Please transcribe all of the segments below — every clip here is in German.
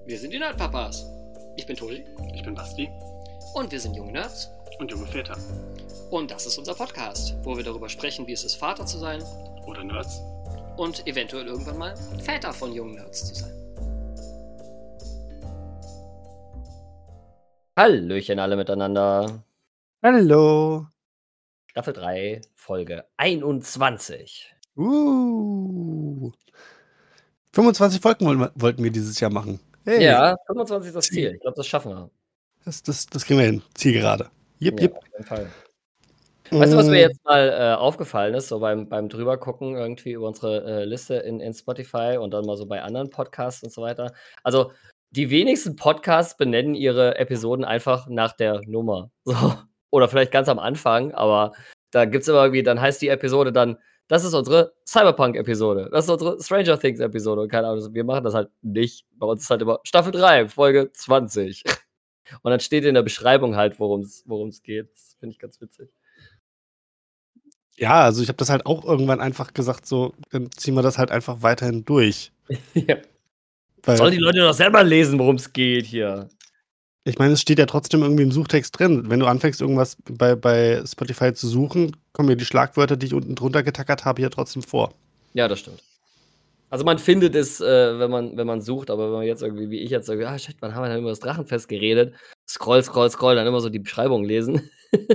Wir sind die Nerdpapas. Ich bin Tobi. Ich bin Basti. Und wir sind junge Nerds. Und junge Väter. Und das ist unser Podcast, wo wir darüber sprechen, wie es ist, Vater zu sein. Oder Nerds. Und eventuell irgendwann mal Väter von jungen Nerds zu sein. Hallöchen alle miteinander. Hallo. Staffel 3, Folge 21. 25 Folgen wollten wir dieses Jahr machen. Hey, Ja, 25 ist das Ziel. Ich glaube, das schaffen wir. das kriegen wir hin. Zielgerade. Jip, Ja, jip. auf jeden Fall. Weißt du, was mir jetzt mal aufgefallen ist, so beim drübergucken irgendwie über unsere Liste in Spotify und dann mal so bei anderen Podcasts und so weiter. Also, die wenigsten Podcasts benennen ihre Episoden einfach nach der Nummer. So. Oder vielleicht ganz am Anfang, aber da gibt es immer irgendwie, dann heißt die Episode dann, das ist unsere Cyberpunk-Episode, das ist unsere Stranger Things-Episode und keine Ahnung, wir machen das halt nicht. Bei uns ist halt immer Staffel 3, Folge 20. Und dann steht in der Beschreibung halt, worum es geht. Das finde ich ganz witzig. Ja, also ich habe das halt auch irgendwann einfach gesagt, so, dann ziehen wir das halt einfach weiterhin durch. Ja. Weil, Sollen die Leute doch selber lesen, worum es geht hier. ich meine, es steht ja trotzdem irgendwie im Suchtext drin. Wenn du anfängst, irgendwas bei Spotify zu suchen, kommen ja die Schlagwörter, die ich unten drunter getackert habe, hier trotzdem vor. Ja, das stimmt. Also man findet es, wenn man sucht, aber wenn man jetzt irgendwie, wie ich jetzt sage, shit, wann haben wir denn über das Drachenfest geredet? Scroll, dann immer so die Beschreibung lesen.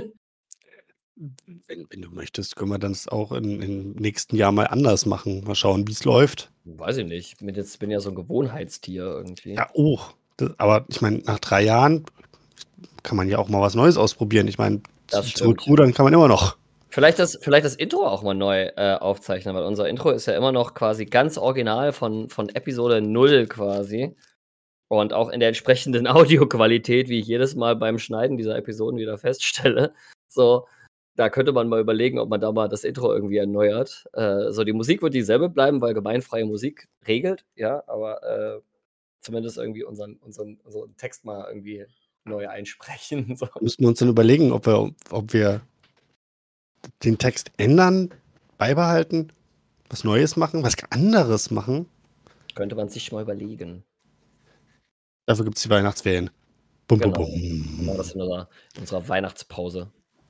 Wenn du möchtest, können wir das auch im nächsten Jahr mal anders machen. Mal schauen, wie es läuft. Weiß ich nicht. Ich bin ja so ein Gewohnheitstier irgendwie. Ja, aber ich meine, nach 3 Jahren kann man ja auch mal was Neues ausprobieren. Ich meine, Das stimmt. zurückrudern kann man immer noch. Vielleicht das Intro auch mal neu aufzeichnen, weil unser Intro ist ja immer noch quasi ganz original von Episode 0 quasi. Und auch in der entsprechenden Audioqualität, wie ich jedes Mal beim Schneiden dieser Episoden wieder feststelle. So, da könnte man mal überlegen, ob man da mal das Intro irgendwie erneuert. So, die Musik wird dieselbe bleiben, weil gemeinfreie Musik regelt, ja, aber zumindest irgendwie unseren Text mal irgendwie neu einsprechen. So. Müssen wir uns dann überlegen, ob wir den Text ändern, beibehalten, was Neues machen, was anderes machen. Könnte man sich mal überlegen. Dafür gibt es die Weihnachtsferien. Bum, Genau. bum, bum. Machen wir das in unserer Weihnachtspause.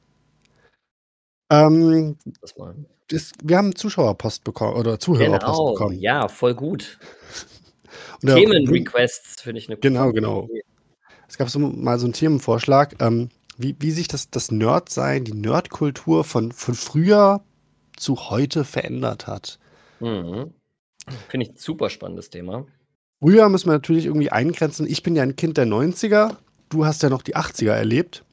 Das mal. Wir haben Zuschauerpost bekommen oder Zuhörerpost bekommen. Ja, voll gut. Und da- Themenrequests finde ich eine Genau, coole genau. Idee. Es gab so mal so einen Themenvorschlag, wie sich das Nerdsein, die Nerdkultur von früher zu heute verändert hat. Mhm. Finde ich ein super spannendes Thema. Früher müssen wir natürlich irgendwie eingrenzen. Ich bin ja ein Kind der 90er. Du hast ja noch die 80er erlebt.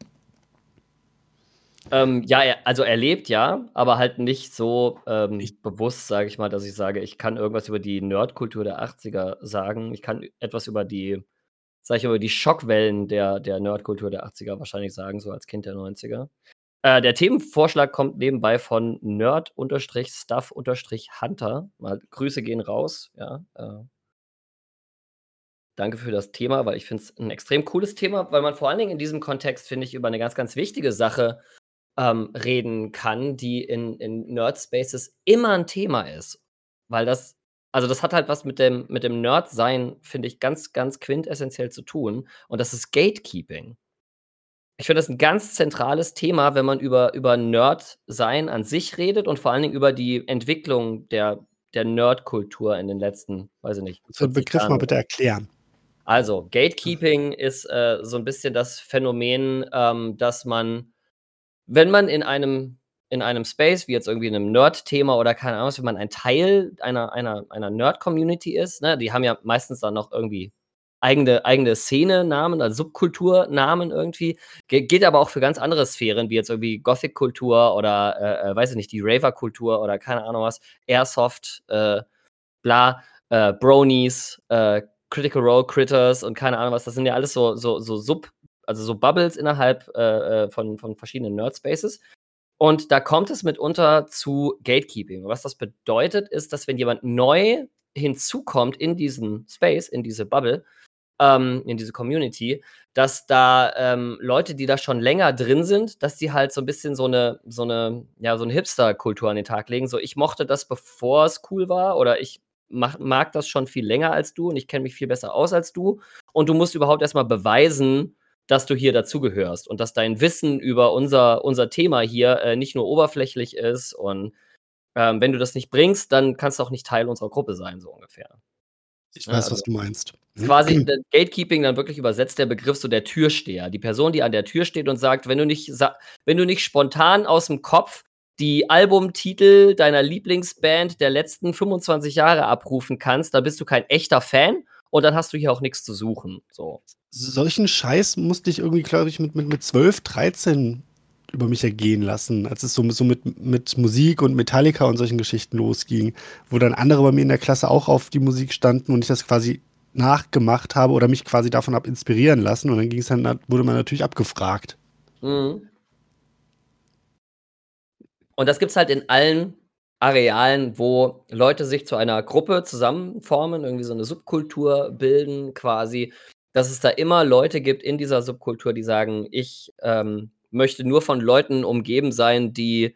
Ja, also erlebt, ja, aber halt nicht so Ich- bewusst, sage ich mal, dass ich sage, ich kann irgendwas über die Nerdkultur der 80er sagen. Ich kann etwas über die Schockwellen der Nerdkultur der 80er wahrscheinlich sagen, so als Kind der 90er. Der Themenvorschlag kommt nebenbei von Nerd-Stuff-Hunter. Mal Grüße gehen raus, ja. Danke für das Thema, weil ich finde es ein extrem cooles Thema, weil man vor allen Dingen in diesem Kontext, finde ich, über eine ganz, ganz wichtige Sache reden kann, die in Nerd-Spaces immer ein Thema ist. Weil das hat halt was mit dem Nerd-Sein, finde ich, ganz, ganz quintessentiell zu tun. Und das ist Gatekeeping. Ich finde das ein ganz zentrales Thema, wenn man über Nerd-Sein an sich redet und vor allen Dingen über die Entwicklung der Nerd-Kultur in den letzten, weiß ich nicht, Kannst du den 40 Begriff Jahren mal oder bitte erklären? Also, Gatekeeping ist so ein bisschen das Phänomen, dass man, wenn man in einem Space, wie jetzt irgendwie in einem Nerd-Thema oder keine Ahnung was, wenn man ein Teil einer Nerd-Community ist, ne, die haben ja meistens dann noch irgendwie eigene Szene-Namen, also Subkulturnamen irgendwie. Geht aber auch für ganz andere Sphären, wie jetzt irgendwie Gothic-Kultur oder, weiß ich nicht, die Raver-Kultur oder keine Ahnung was, Airsoft, bla, Bronies, Critical Role Critters und keine Ahnung was. Das sind ja alles so Bubbles innerhalb von verschiedenen Nerd-Spaces. Und da kommt es mitunter zu Gatekeeping. Was das bedeutet, ist, dass wenn jemand neu hinzukommt in diesen Space, in diese Bubble, in diese Community, dass da Leute, die da schon länger drin sind, dass die halt so ein bisschen so eine Hipster-Kultur an den Tag legen. So, ich mochte das, bevor es cool war, oder ich mag das schon viel länger als du und ich kenne mich viel besser aus als du. Und du musst überhaupt erstmal beweisen, dass du hier dazugehörst und dass dein Wissen über unser Thema hier nicht nur oberflächlich ist. Und wenn du das nicht bringst, dann kannst du auch nicht Teil unserer Gruppe sein, so ungefähr. Ich Ja, weiß, also was du meinst. quasi Gatekeeping dann wirklich übersetzt der Begriff so der Türsteher. Die Person, die an der Tür steht und sagt, wenn du nicht spontan aus dem Kopf die Albumtitel deiner Lieblingsband der letzten 25 Jahre abrufen kannst, dann bist du kein echter Fan und dann hast du hier auch nichts zu suchen. So. Solchen Scheiß musste ich irgendwie, glaube ich, mit 12, 13 über mich ergehen lassen, als es so mit Musik und Metallica und solchen Geschichten losging, wo dann andere bei mir in der Klasse auch auf die Musik standen und ich das quasi nachgemacht habe oder mich quasi davon ab inspirieren lassen und dann wurde man natürlich abgefragt. Mhm. Und das gibt's halt in allen Arealen, wo Leute sich zu einer Gruppe zusammenformen, irgendwie so eine Subkultur bilden quasi, dass es da immer Leute gibt in dieser Subkultur, die sagen, ich möchte nur von Leuten umgeben sein, die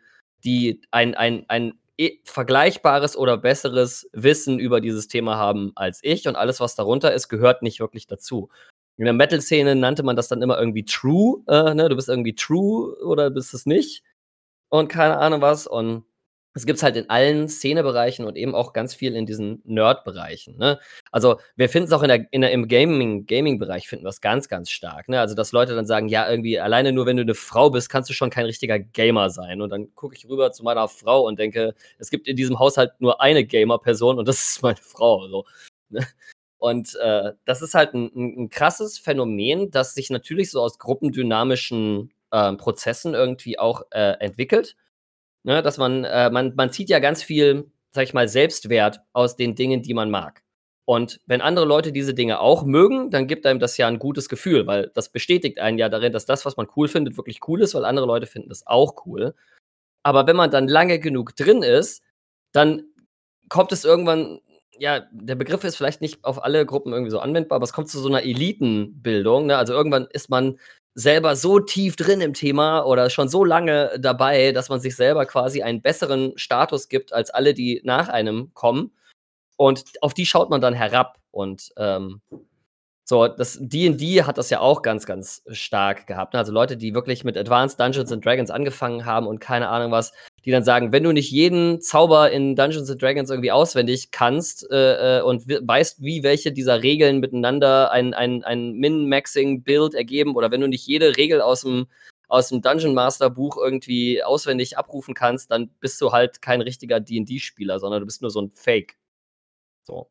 ein vergleichbares oder besseres Wissen über dieses Thema haben als ich und alles, was darunter ist, gehört nicht wirklich dazu. In der Metal-Szene nannte man das dann immer irgendwie True, ne? Du bist irgendwie True oder bist es nicht und keine Ahnung was. Und es gibt's halt in allen Szenebereichen und eben auch ganz viel in diesen Nerd-Bereichen, ne? Also, wir finden's auch im Gaming-Bereich finden wir's ganz, ganz stark, ne? Also, dass Leute dann sagen: „Ja, irgendwie alleine nur, wenn du 'ne Frau bist, kannst du schon kein richtiger Gamer sein.“ Und dann gucke ich rüber zu meiner Frau und denke: „Es gibt in diesem Haushalt nur eine Gamer-Person und das ist meine Frau“, so, ne? Und, das ist halt 'n krasses Phänomen, das sich natürlich so aus gruppendynamischen, Prozessen irgendwie auch, entwickelt. Ne, dass man zieht ja ganz viel, sage ich mal, Selbstwert aus den Dingen, die man mag. Und wenn andere Leute diese Dinge auch mögen, dann gibt einem das ja ein gutes Gefühl, weil das bestätigt einen ja darin, dass das, was man cool findet, wirklich cool ist, weil andere Leute finden das auch cool. Aber wenn man dann lange genug drin ist, dann kommt es irgendwann ja, der Begriff ist vielleicht nicht auf alle Gruppen irgendwie so anwendbar, aber es kommt zu so einer Elitenbildung, ne? Also, irgendwann ist man selber so tief drin im Thema oder schon so lange dabei, dass man sich selber quasi einen besseren Status gibt als alle, die nach einem kommen. Und auf die schaut man dann herab. Und so, das D&D hat das ja auch ganz, ganz stark gehabt, ne? Also, Leute, die wirklich mit Advanced Dungeons and Dragons angefangen haben und keine Ahnung was, die dann sagen, wenn du nicht jeden Zauber in Dungeons and Dragons irgendwie auswendig kannst, und weißt, wie welche dieser Regeln miteinander ein Min-Maxing-Build ergeben oder wenn du nicht jede Regel aus'm Dungeon Master Buch irgendwie auswendig abrufen kannst, dann bist du halt kein richtiger D&D-Spieler, sondern du bist nur so 'n Fake. So.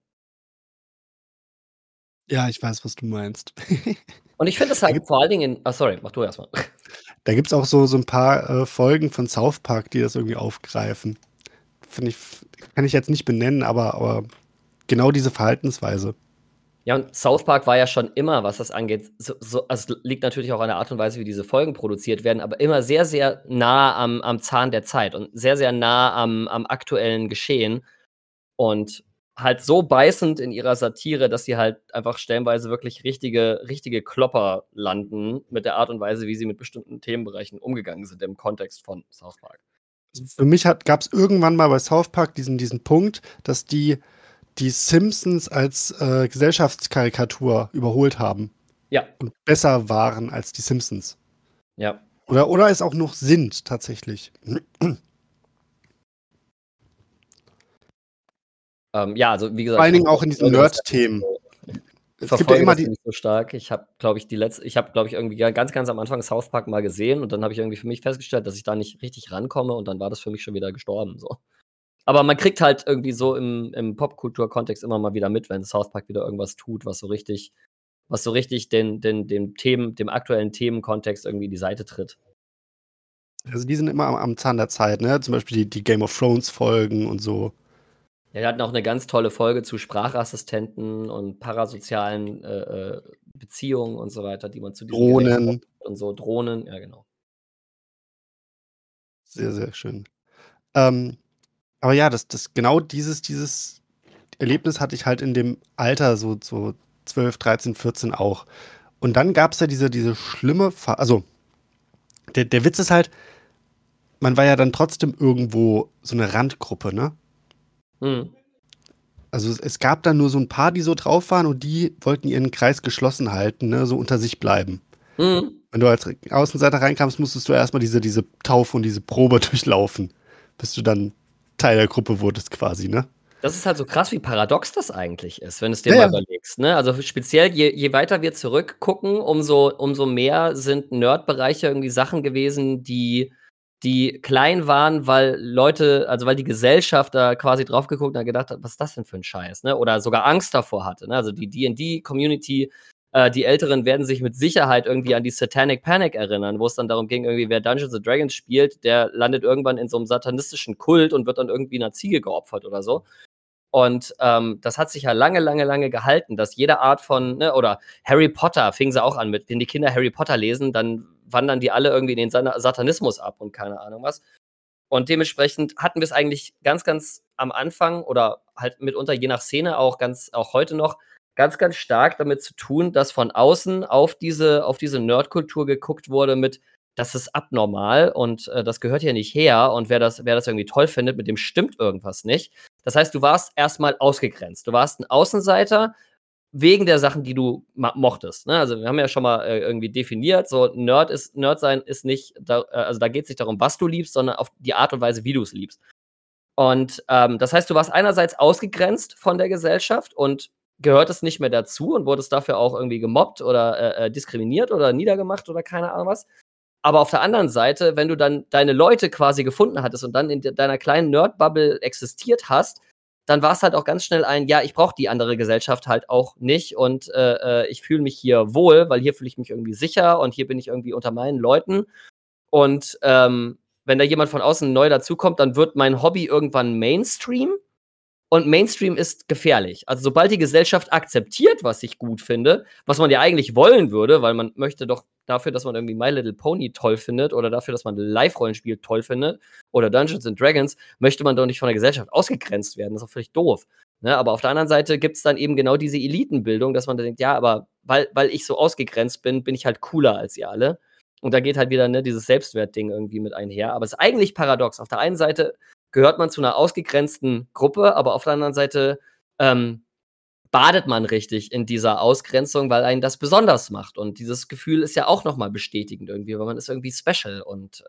Ja, ich weiß, was du meinst. Und ich finde das Da halt gibt vor allen Dingen sorry, mach du erst mal. da gibt's auch so 'n paar, Folgen von South Park, die das irgendwie aufgreifen. Finde ich kann ich jetzt nicht benennen, aber genau diese Verhaltensweise. Ja, und South Park war ja schon immer, was das angeht, also, es liegt natürlich auch an der Art und Weise, wie diese Folgen produziert werden, aber immer sehr, sehr nah am Zahn der Zeit und sehr, sehr nah am aktuellen Geschehen und halt so beißend in ihrer Satire, dass sie halt einfach stellenweise wirklich richtige Klopper landen mit der Art und Weise, wie sie mit bestimmten Themenbereichen umgegangen sind im Kontext von South Park. Für mich gab's irgendwann mal bei South Park diesen Punkt, dass die Simpsons als, Gesellschaftskarikatur überholt haben Ja, und besser waren als die Simpsons. ja. Oder es auch noch sind tatsächlich. Ja, also, wie gesagt, Vor allen ich Dingen auch in diesen Nerd-Themen. Es gibt ja verfolge immer das nicht so stark. Ich habe, glaube ich, irgendwie ganz, ganz am Anfang South Park mal gesehen und dann habe ich irgendwie für mich festgestellt, dass ich da nicht richtig rankomme und dann war das für mich schon wieder gestorben, so. Aber man kriegt halt irgendwie so im Popkultur-Kontext immer mal wieder mit, wenn South Park wieder irgendwas tut, was so richtig dem aktuellen Themenkontext irgendwie in die Seite tritt. Also, die sind immer am Zahn der Zeit, ne? Zum Beispiel die Game of Thrones Folgen und so. Ja, wir hatten auch eine ganz tolle Folge zu Sprachassistenten und parasozialen, Beziehungen und so weiter, die man zu diesen Geräten Drohnen. und so Drohnen, ja genau. Sehr, sehr schön. Ähm, aber ja, genau dieses Erlebnis hatte ich halt in dem Alter so 12, 13, 14 auch. Und dann gab's ja diese schlimme also, der Witz ist halt, man war ja dann trotzdem irgendwo so eine Randgruppe, ne? Mhm. Also es gab dann nur so ein paar, die so drauf waren und die wollten ihren Kreis geschlossen halten, ne, so unter sich bleiben. Mhm. Wenn du als Außenseiter reinkamst, musstest du erstmal diese Taufe und diese Probe durchlaufen, bis du dann Teil der Gruppe wurdest quasi, ne? Das ist halt so krass, wie paradox das eigentlich ist, wenn du's dir Ja, mal ja. überlegst, ne? Also, speziell je weiter wir zurückgucken, umso mehr sind Nerd-Bereiche irgendwie Sachen gewesen, die klein waren, weil weil die Gesellschaft da quasi drauf geguckt und hat gedacht hat: „Was ist das denn für 'n Scheiß“, ne? Oder sogar Angst davor hatte, ne? Also, die D&D-Community, die Älteren werden sich mit Sicherheit irgendwie an die Satanic Panic erinnern, wo es dann darum ging, irgendwie, wer Dungeons and Dragons spielt, der landet irgendwann in so 'nem satanistischen Kult und wird dann irgendwie 'ner Ziege geopfert oder so. Und, das hat sich ja lange, lange, lange gehalten, dass jede Art von, ne, oder Harry Potter fingen sie auch an mit, wenn die Kinder Harry Potter lesen, dann wandern die alle irgendwie in den Satanismus ab und keine Ahnung was. Und dementsprechend hatten wir es eigentlich ganz, ganz am Anfang oder halt mitunter je nach Szene auch heute noch ganz, ganz stark damit zu tun, dass von außen auf diese Nerdkultur geguckt wurde mit: „Das ist abnormal und, das gehört hier nicht her und wer das irgendwie toll findet, mit dem stimmt irgendwas nicht.“ Das heißt, du warst erstmal ausgegrenzt. Du warst ein Außenseiter wegen der Sachen, die du mochtest, ne? Also, wir haben ja schon mal, irgendwie definiert, so Nerd sein ist nicht da also, da geht's nicht darum, was du liebst, sondern auf die Art und Weise, wie du es liebst. Und, das heißt, du warst einerseits ausgegrenzt von der Gesellschaft und gehörtest nicht mehr dazu und wurdest dafür auch irgendwie gemobbt oder, diskriminiert oder niedergemacht oder keine Ahnung was. Aber auf der anderen Seite, wenn du dann deine Leute quasi gefunden hattest und dann in deiner kleinen Nerd-Bubble existiert hast, dann war es halt auch ganz schnell ja, ich brauche die andere Gesellschaft halt auch nicht und ich fühle mich hier wohl, weil hier fühle ich mich irgendwie sicher und hier bin ich irgendwie unter meinen Leuten. Und wenn da jemand von außen neu dazukommt, dann wird mein Hobby irgendwann Mainstream. Und Mainstream ist gefährlich. Also, sobald die Gesellschaft akzeptiert, was ich gut finde, was man ja eigentlich wollen würde, weil man möchte doch dafür, dass man irgendwie My Little Pony toll findet oder dafür, dass man Live-Rollenspiel toll findet oder Dungeons and Dragons, möchte man doch nicht von der Gesellschaft ausgegrenzt werden. Das ist doch völlig doof. Ne? Aber auf der anderen Seite gibt's dann eben genau diese Elitenbildung, dass man dann denkt, ja, aber weil ich so ausgegrenzt bin, bin ich halt cooler als ihr alle. Und da geht halt wieder, ne, dieses Selbstwertding irgendwie mit einher. Aber es ist eigentlich paradox. Auf der einen Seite gehört man zu einer ausgegrenzten Gruppe, aber auf der anderen Seite, badet man richtig in dieser Ausgrenzung, weil einen das besonders macht. Und dieses Gefühl ist ja auch noch mal bestätigend irgendwie, weil man ist irgendwie special und,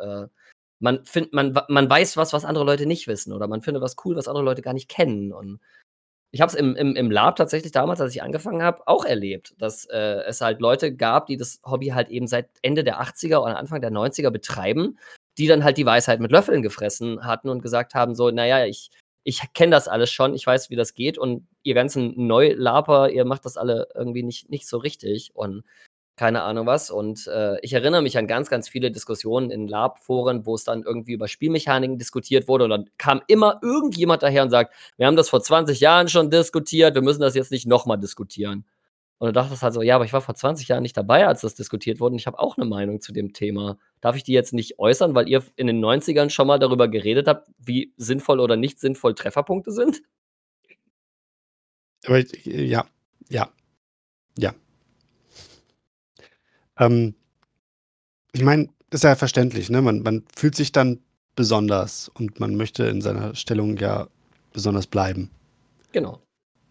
man weiß was andere Leute nicht wissen oder man findet was cool, was andere Leute gar nicht kennen. Und ich habe es im Lab tatsächlich damals, als ich angefangen habe, auch erlebt, dass, es halt Leute gab, die das Hobby halt eben seit Ende der 80er oder Anfang der 90er betreiben, die dann halt die Weisheit mit Löffeln gefressen hatten und gesagt haben so: „Na ja, ich kenne das alles schon, ich weiß, wie das geht und ihr ganzen Neulaper, ihr macht das alle irgendwie nicht so richtig und keine Ahnung was.“ Und, ich erinnere mich an ganz, ganz viele Diskussionen in Lab-Foren, wo es dann irgendwie über Spielmechaniken diskutiert wurde und dann kam immer irgendjemand daher und sagt: „Wir haben das vor 20 Jahren schon diskutiert, wir müssen das jetzt nicht noch mal diskutieren.“ Und du dachtest halt so: „Ja, aber ich war vor 20 Jahren nicht dabei, als das diskutiert wurde und ich habe auch 'ne Meinung zu dem Thema. Darf ich die jetzt nicht äußern, weil ihr in den 90ern schon mal darüber geredet habt, wie sinnvoll oder nicht sinnvoll Trefferpunkte sind?“ Aber ja, ja, ja. Ähm, Ich meine, ist ja verständlich, ne? Man fühlt sich dann besonders und man möchte in seiner Stellung ja besonders bleiben. Genau.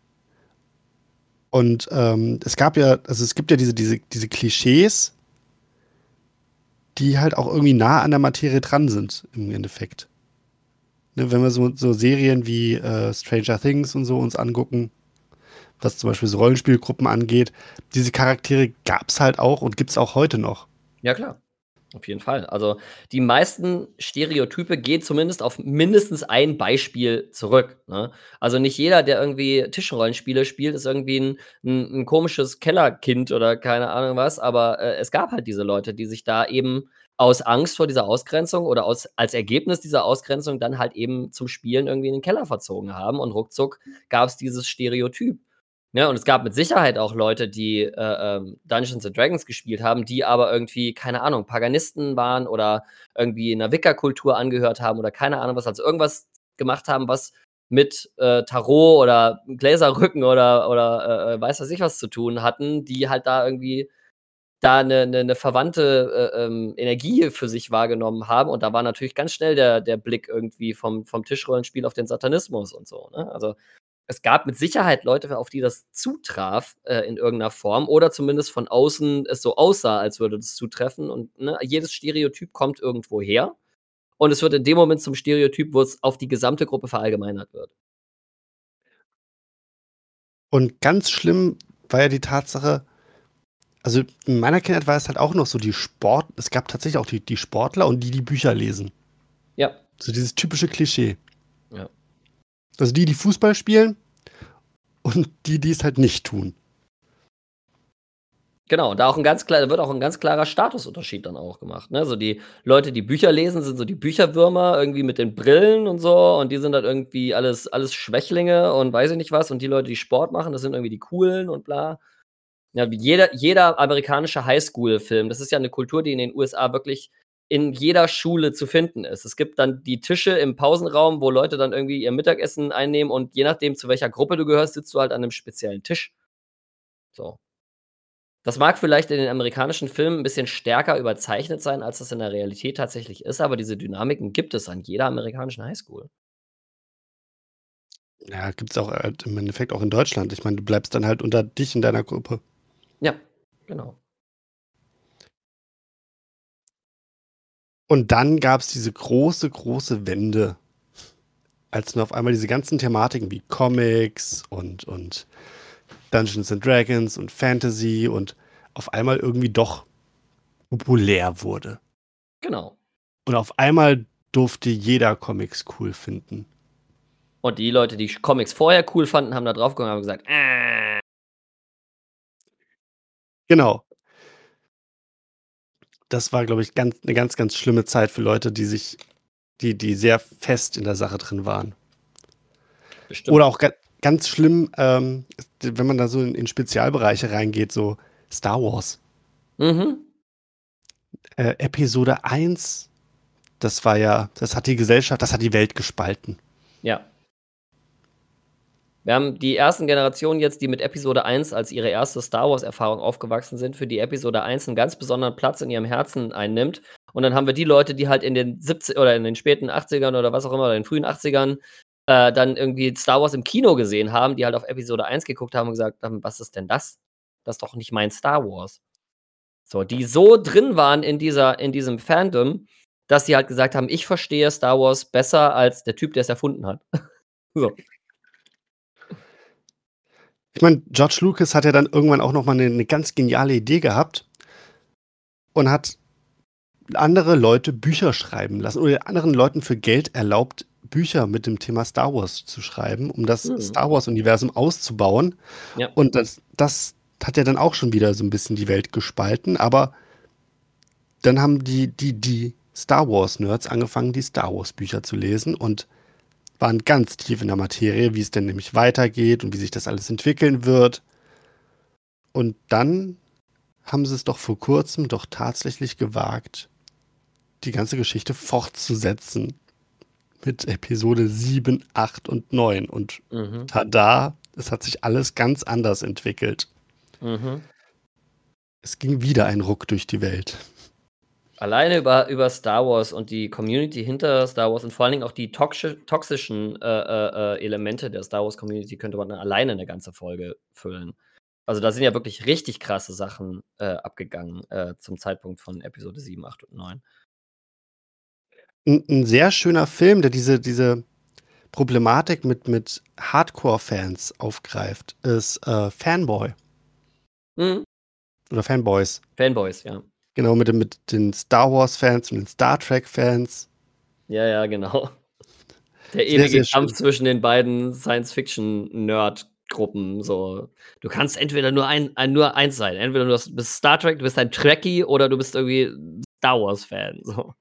Und, es gibt ja diese Klischees, die halt auch irgendwie nah an der Materie dran sind im Endeffekt. Ne, wenn wir so Serien wie, Stranger Things und so uns angucken, was zum Beispiel so Rollenspielgruppen angeht, diese Charaktere gab's halt auch und gibt's auch heute noch. Ja klar, auf jeden Fall. Also, die meisten Stereotype gehen zumindest auf mindestens ein Beispiel zurück, ne? Also, nicht jeder, der irgendwie Tischrollenspiele spielt, ist irgendwie 'n komisches Kellerkind oder keine Ahnung was, aber, es gab halt diese Leute, die sich da eben aus Angst vor dieser Ausgrenzung oder als Ergebnis dieser Ausgrenzung dann halt eben zum Spielen irgendwie in den Keller verzogen haben und ruckzuck gab's dieses Stereotyp. Ne, und es gab mit Sicherheit auch Leute, die, Dungeons and Dragons gespielt haben, die aber irgendwie, keine Ahnung, Paganisten waren oder irgendwie 'ner Wicca-Kultur angehört haben oder keine Ahnung was, also irgendwas gemacht haben, was mit, Tarot oder Gläserrücken oder weiß was ich was zu tun hatten, die halt da irgendwie da 'ne verwandte, Energie für sich wahrgenommen haben. Und da war natürlich ganz schnell der Blick irgendwie vom Tischrollenspiel auf den Satanismus und so, ne? Also es gab mit Sicherheit Leute, auf die das zutraf in irgendeiner Form oder zumindest von außen es so aussah, als würde das zutreffen. Und ne, jedes Stereotyp kommt irgendwo her. Und es wird in dem Moment zum Stereotyp, wo es auf die gesamte Gruppe verallgemeinert wird. Und ganz schlimm war ja die Tatsache, also in meiner Kindheit war es halt auch noch so es gab tatsächlich auch die Sportler und die Bücher lesen. Ja. So dieses typische Klischee. Ja. Also die Fußball spielen und die es halt nicht tun. Genau, da wird auch ein ganz klarer Statusunterschied dann auch gemacht. Ne? Also die Leute, die Bücher lesen, sind so die Bücherwürmer irgendwie mit den Brillen und so und die sind dann irgendwie alles Schwächlinge und weiß ich nicht was. Und die Leute, die Sport machen, das sind irgendwie die Coolen und bla. Ja, wie jeder amerikanische Highschool-Film, das ist ja eine Kultur, die in den USA wirklich in jeder Schule zu finden ist. Es gibt dann die Tische im Pausenraum, wo Leute dann irgendwie ihr Mittagessen einnehmen und je nachdem, zu welcher Gruppe du gehörst, sitzt du halt an einem speziellen Tisch. So. Das mag vielleicht in den amerikanischen Filmen ein bisschen stärker überzeichnet sein, als das in der Realität tatsächlich ist, aber diese Dynamiken gibt es an jeder amerikanischen Highschool. Ja, gibt es auch im Endeffekt auch in Deutschland. Ich meine, du bleibst dann halt unter dich in deiner Gruppe. Ja, genau. Und dann gab es diese große, große Wende, als mir auf einmal diese ganzen Thematiken wie Comics und Dungeons and Dragons und Fantasy und auf einmal irgendwie doch populär wurde. Genau. Und auf einmal durfte jeder Comics cool finden. Und die Leute, die Comics vorher cool fanden, haben da drauf geguckt und haben gesagt, Genau. Das war, glaube ich, eine ganz, ganz schlimme Zeit für Leute, die sehr fest in der Sache drin waren. bestimmt. Oder auch ganz schlimm, wenn man da so in Spezialbereiche reingeht, so Star Wars. Mhm. Episode 1, das hat die Gesellschaft, das hat die Welt gespalten. Ja. Wir haben die ersten Generationen jetzt, die mit Episode 1 als ihre erste Star Wars-Erfahrung aufgewachsen sind, für die Episode 1 einen ganz besonderen Platz in ihrem Herzen einnimmt. Und dann haben wir die Leute, die halt in den 70 oder in den späten 80ern oder was auch immer, oder in den frühen 80ern, dann irgendwie Star Wars im Kino gesehen haben, die halt auf Episode 1 geguckt haben und gesagt haben, was ist denn das? Das ist doch nicht mein Star Wars. So, die so drin waren in diesem Fandom, dass sie halt gesagt haben, ich verstehe Star Wars besser als der Typ, der es erfunden hat. So. Ich meine, George Lucas hat ja dann irgendwann auch nochmal eine ganz geniale Idee gehabt und hat andere Leute Bücher schreiben lassen oder anderen Leuten für Geld erlaubt, Bücher mit dem Thema Star Wars zu schreiben, um das Star Wars-Universum auszubauen. Ja. Und das hat ja dann auch schon wieder so ein bisschen die Welt gespalten, aber dann haben die Star Wars-Nerds angefangen, die Star Wars-Bücher zu lesen und waren ganz tief in der Materie, wie es denn nämlich weitergeht und wie sich das alles entwickeln wird. Und dann haben sie es doch vor kurzem doch tatsächlich gewagt, die ganze Geschichte fortzusetzen mit Episode 7, 8 und 9. Und tada, es hat sich alles ganz anders entwickelt. Mhm. Es ging wieder ein Ruck durch die Welt. Alleine über Star Wars und die Community hinter Star Wars und vor allen Dingen auch die toxischen Elemente der Star Wars Community könnte man alleine eine ganze Folge füllen. Also da sind ja wirklich richtig krasse Sachen abgegangen zum Zeitpunkt von Episode 7, 8 und 9. Ein sehr schöner Film, der diese Problematik mit Hardcore-Fans aufgreift, ist Fanboy. Mhm. Oder Fanboys. Fanboys, ja. Genau, mit den Star Wars-Fans und den Star Trek-Fans. Ja, genau. Der Sehr, ewige sehr Kampf schön. zwischen den beiden Science-Fiction-Nerd-Gruppen. So. Du kannst entweder nur eins sein. Entweder du bist Star Trek, du bist ein Trekkie oder du bist irgendwie Star Wars-Fan. So.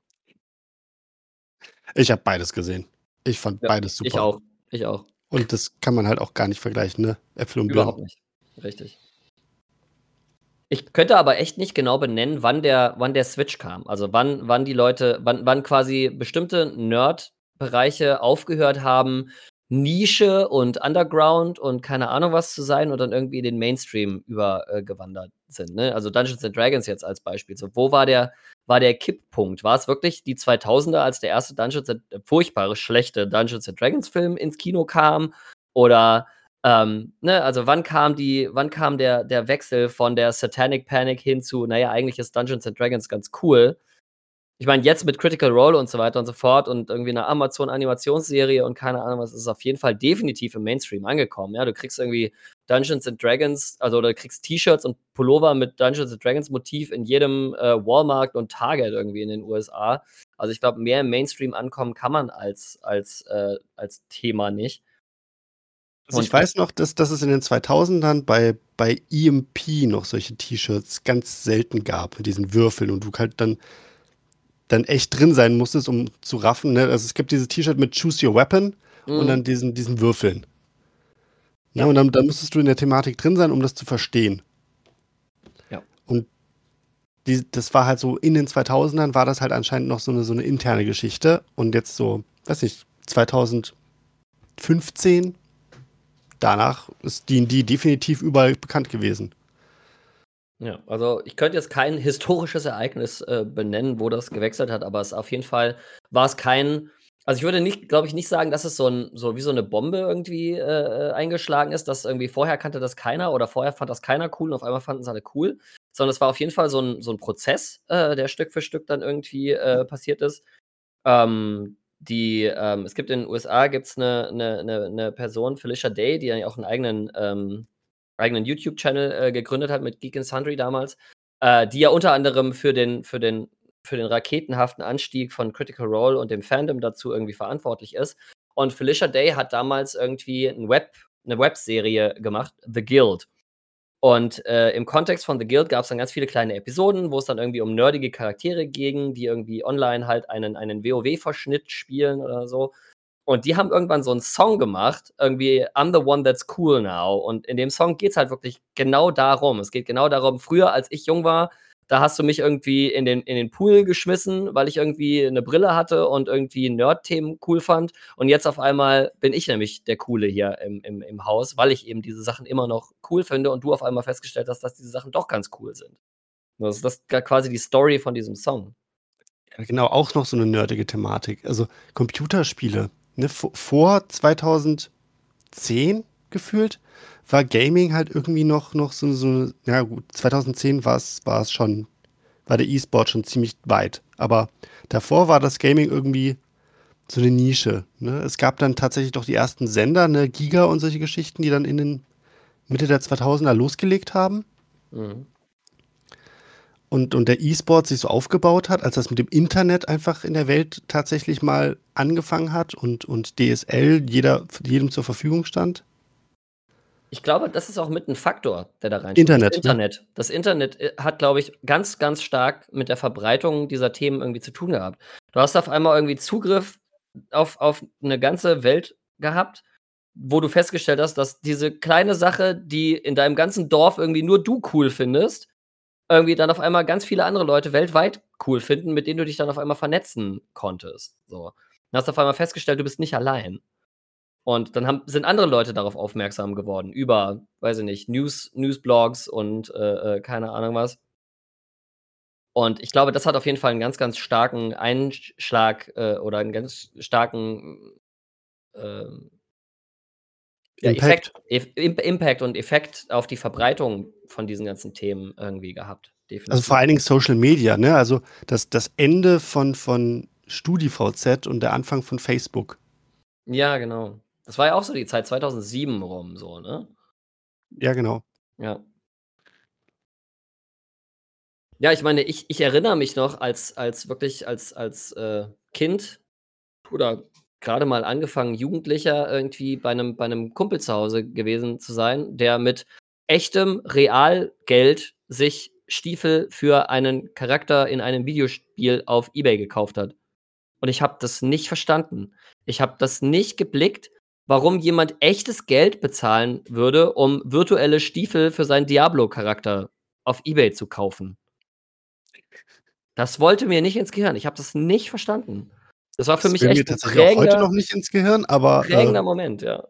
Ich habe beides gesehen. Ich fand Ja, beides super. Ich auch. Und das kann man halt auch gar nicht vergleichen, ne? Äpfel und Birnen. Überhaupt nicht. Richtig. Ich könnte aber echt nicht genau benennen, wann der Switch kam. Also wann die Leute, wann quasi bestimmte Nerd-Bereiche aufgehört haben, Nische und Underground und keine Ahnung was zu sein und dann irgendwie in den Mainstream übergewandert sind. Ne? Also Dungeons and Dragons jetzt als Beispiel. So, wo war der Kipppunkt? War es wirklich die 2000er, als der erste furchtbare, schlechte Dungeons and Dragons Film ins Kino kam? Oder Ne, also wann kam der Wechsel von der Satanic Panic hin zu, naja, eigentlich ist Dungeons and Dragons ganz cool. Ich meine, jetzt mit Critical Role und so weiter und so fort und irgendwie 'ner Amazon-Animationsserie und keine Ahnung was, ist es auf jeden Fall definitiv im Mainstream angekommen, ja? Du kriegst irgendwie Dungeons and Dragons, also oder kriegst T-Shirts und Pullover mit Dungeons and Dragons Motiv in jedem, Walmart und Target irgendwie in den USA. Also, ich glaube, mehr im Mainstream ankommen kann man als Thema nicht. Also, ich Und weiß noch, dass es in den 2000ern bei EMP noch solche T-Shirts ganz selten gab mit diesen Würfeln und du halt dann echt drin sein musstest, um zu raffen, ne? Also, es gibt dieses T-Shirt mit Choose Your Weapon und dann diesen Würfeln. Ne, Ja. und dann musstest du in der Thematik drin sein, um das zu verstehen. Ja. Und das war halt so, in den 2000ern war das halt anscheinend noch so eine interne Geschichte. Und jetzt so, weiß nicht, 2015, danach ist D&D definitiv überall bekannt gewesen. Ja, also ich könnte jetzt kein historisches Ereignis, benennen, wo das gewechselt hat, aber es auf jeden Fall war es kein, also ich würde nicht, glaube ich, nicht sagen, dass es so wie so eine Bombe irgendwie, eingeschlagen ist, dass irgendwie vorher kannte das keiner oder vorher fand das keiner cool und auf einmal fanden es alle cool, sondern es war auf jeden Fall so ein Prozess, der Stück für Stück dann irgendwie, passiert ist. Es gibt in den USA gibt's 'ne Person, Felicia Day, die ja auch 'n eigenen YouTube-Channel, gegründet hat mit Geek and Sundry damals, die ja unter anderem für den raketenhaften Anstieg von Critical Role und dem Fandom dazu irgendwie verantwortlich ist. Und Felicia Day hat damals irgendwie 'ne Webserie gemacht, The Guild. Und, im Kontext von The Guild gab's dann ganz viele kleine Episoden, wo es dann irgendwie um nerdige Charaktere ging, die irgendwie online halt einen WoW-Verschnitt spielen oder so. Und die haben irgendwann so 'n Song gemacht, irgendwie „I'm the one that's cool now." Und in dem Song geht's halt wirklich genau darum. Es geht genau darum: „Früher, als ich jung war, da hast du mich irgendwie in den Pool geschmissen, weil ich irgendwie 'ne Brille hatte und irgendwie Nerd-Themen cool fand. Und jetzt auf einmal bin ich nämlich der Coole hier im Haus, weil ich eben diese Sachen immer noch cool finde und du auf einmal festgestellt hast, dass diese Sachen doch ganz cool sind." Das ist quasi die Story von diesem Song. Ja, genau, auch noch so eine nerdige Thematik. Also, Computerspiele, ne, vor 2010 gefühlt, war Gaming halt irgendwie noch so, ja gut, 2010 war's schon, war der E-Sport schon ziemlich weit. Aber davor war das Gaming irgendwie so eine Nische, ne? Es gab dann tatsächlich doch die ersten Sender, ne, Giga und solche Geschichten, die dann in den Mitte der 2000er losgelegt haben. Mhm. Und der E-Sport sich so aufgebaut hat, als das mit dem Internet einfach in der Welt tatsächlich mal angefangen hat und DSL jedem zur Verfügung stand. Ich glaube, das ist auch mit 'n Faktor, der da reinspielt. Das Internet, ne? Internet. Das Internet, hat, glaube ich, ganz, ganz stark mit der Verbreitung dieser Themen irgendwie zu tun gehabt. Du hast auf einmal irgendwie Zugriff auf 'ne ganze Welt gehabt, wo du festgestellt hast, dass diese kleine Sache, die in deinem ganzen Dorf irgendwie nur du cool findest, irgendwie dann auf einmal ganz viele andere Leute weltweit cool finden, mit denen du dich dann auf einmal vernetzen konntest, so. Dann hast du auf einmal festgestellt, du bist nicht allein. Und dann sind andere Leute darauf aufmerksam geworden über, weiß ich nicht, Newsblogs und, keine Ahnung was. Und ich glaube, das hat auf jeden Fall 'n ganz, ganz starken Einschlag, oder 'n ganz starken, ähm, ja, Impact. Impact und Effekt auf die Verbreitung von diesen ganzen Themen irgendwie gehabt, Also, definitiv. vor allen Dingen Social Media, ne? Also, das Ende von StudiVZ und der Anfang von Facebook. Ja, genau. Das war ja auch so die Zeit 2007 rum so, ne? Ja, genau. Ja. Ja, ich meine, ich erinnere mich noch als wirklich als Kind oder grade mal angefangen Jugendlicher irgendwie bei 'nem Kumpel zu Hause gewesen zu sein, der mit echtem Realgeld sich Stiefel für einen Charakter in einem Videospiel auf eBay gekauft hat. Und ich habe das nicht verstanden. Ich habe das nicht geblickt, warum jemand echtes Geld bezahlen würde, um virtuelle Stiefel für seinen Diablo-Charakter auf eBay zu kaufen. Das wollte mir nicht ins Gehirn. Ich habe das nicht verstanden. Das war für Das mich will mir echt 'n tatsächlich auch heute noch prägender nicht ins Gehirn, aber, prägender Moment, ja.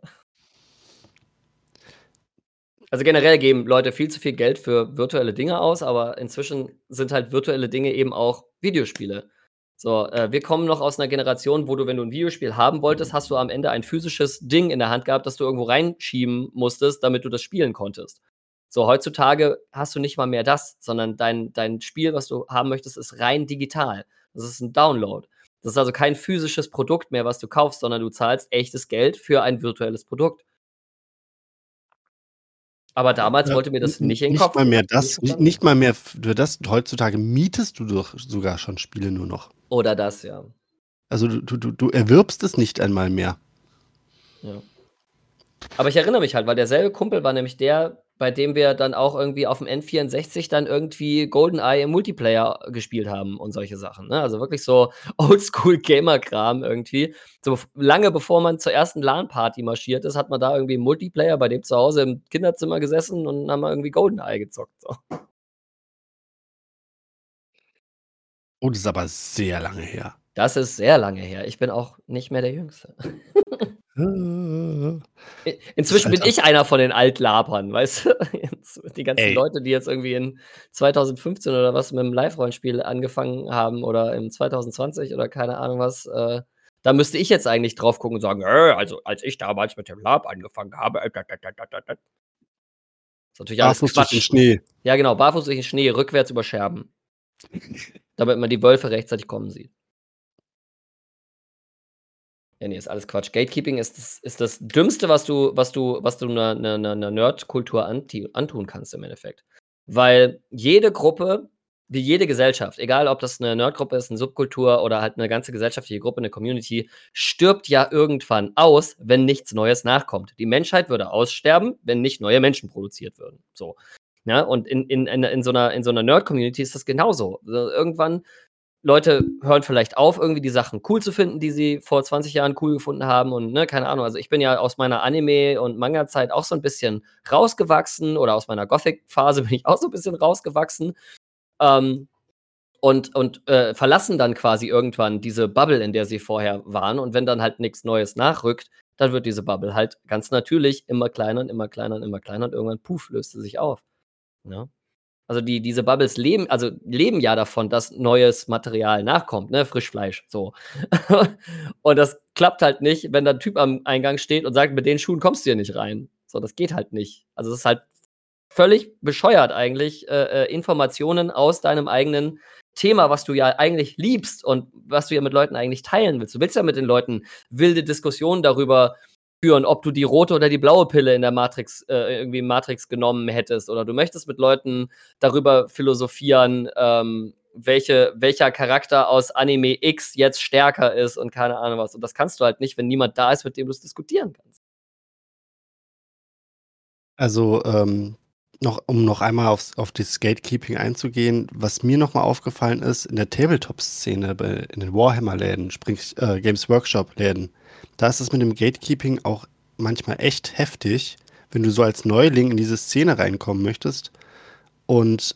Also, generell geben Leute viel zu viel Geld für virtuelle Dinge aus, aber inzwischen sind halt virtuelle Dinge eben auch Videospiele. So, wir kommen noch aus einer Generation, wo du, wenn du ein Videospiel haben wolltest, hast du am Ende ein physisches Ding in der Hand gehabt, das du irgendwo reinschieben musstest, damit du das spielen konntest. So, heutzutage hast du nicht mal mehr das, sondern dein Spiel, was du haben möchtest, ist rein digital. Das ist ein Download. Das ist also kein physisches Produkt mehr, was du kaufst, sondern du zahlst echtes Geld für ein virtuelles Produkt. Aber damals wollte mir das nicht in den Nicht Kopf mal gehen. mehr Nicht das, verstanden. nicht mal mehr für das. Heutzutage mietest du doch sogar schon Spiele nur noch. Oder das, ja. Also du erwirbst es nicht einmal mehr. Ja. Aber ich erinnere mich halt, weil derselbe Kumpel war nämlich der, bei dem wir dann auch irgendwie auf dem N64 dann irgendwie GoldenEye im Multiplayer gespielt haben und solche Sachen, ne? Also wirklich so Oldschool-Gamer-Kram irgendwie. So lange bevor man zur ersten LAN-Party marschiert ist, hat man da irgendwie im Multiplayer bei dem zu Hause im Kinderzimmer gesessen und haben mal irgendwie GoldenEye gezockt, so. Oh, das ist aber sehr lange her. Das ist sehr lange her. Ich bin auch nicht mehr der Jüngste. Inzwischen bin Alter. ich einer von den Altlabern, weißt du? Die ganzen Ey. Leute, die jetzt irgendwie in 2015 oder was mit dem Live-Rollenspiel angefangen haben oder im 2020 oder keine Ahnung was, da müsste ich jetzt eigentlich drauf gucken und sagen, also als ich damals mit dem Lab angefangen habe, ist natürlich alles Barfuß durch den Quatsch. Schnee. Ja, genau, barfuß durch den Schnee, rückwärts über Scherben. Damit man die Wölfe rechtzeitig kommen sieht. Ja, nee, ist alles Quatsch. Gatekeeping ist das Dümmste, was du 'ner Nerdkultur antun kannst im Endeffekt. Weil jede Gruppe, wie jede Gesellschaft, egal ob das 'ne Nerdgruppe ist, 'ne Subkultur oder halt 'ne ganze gesellschaftliche Gruppe, 'ne Community, stirbt ja irgendwann aus, wenn nichts Neues nachkommt. Die Menschheit würde aussterben, wenn nicht neue Menschen produziert würden. So. Ja, und in so 'ner Nerd-Community ist das genauso. Irgendwann Leute hören vielleicht auf, irgendwie die Sachen cool zu finden, die sie vor 20 Jahren cool gefunden haben und, ne, keine Ahnung. Also, ich bin ja aus meiner Anime und Manga-Zeit auch so 'n bisschen rausgewachsen oder aus meiner Gothic-Phase bin ich auch so 'n bisschen rausgewachsen, und verlassen dann quasi irgendwann diese Bubble, in der sie vorher waren. Und wenn dann halt nix Neues nachrückt, dann wird diese Bubble halt ganz natürlich immer kleiner und immer kleiner und immer kleiner und irgendwann, puff, löst sie sich auf, ne? Also, diese Bubbles leben ja davon, dass neues Material nachkommt, ne, Frischfleisch, so. Und das klappt halt nicht, wenn da 'n Typ am Eingang steht und sagt: „Mit den Schuhen kommst du hier nicht rein." So, das geht halt nicht. Also, es ist halt völlig bescheuert eigentlich, Informationen aus deinem eigenen Thema, was du ja eigentlich liebst und was du ja mit Leuten eigentlich teilen willst. Du willst ja mit den Leuten wilde Diskussionen darüber führen, ob du die rote oder die blaue Pille in der Matrix irgendwie in Matrix genommen hättest. Oder du möchtest mit Leuten darüber philosophieren, welcher Charakter aus Anime X jetzt stärker ist und keine Ahnung was. Und das kannst du halt nicht, wenn niemand da ist, mit dem du's diskutieren kannst. Also, noch einmal auf das Gatekeeping einzugehen, was mir noch mal aufgefallen ist, in der Tabletop-Szene in den Warhammer-Läden, sprich, Games Workshop-Läden, da ist es mit dem Gatekeeping auch manchmal echt heftig, wenn du so als Neuling in diese Szene reinkommen möchtest und,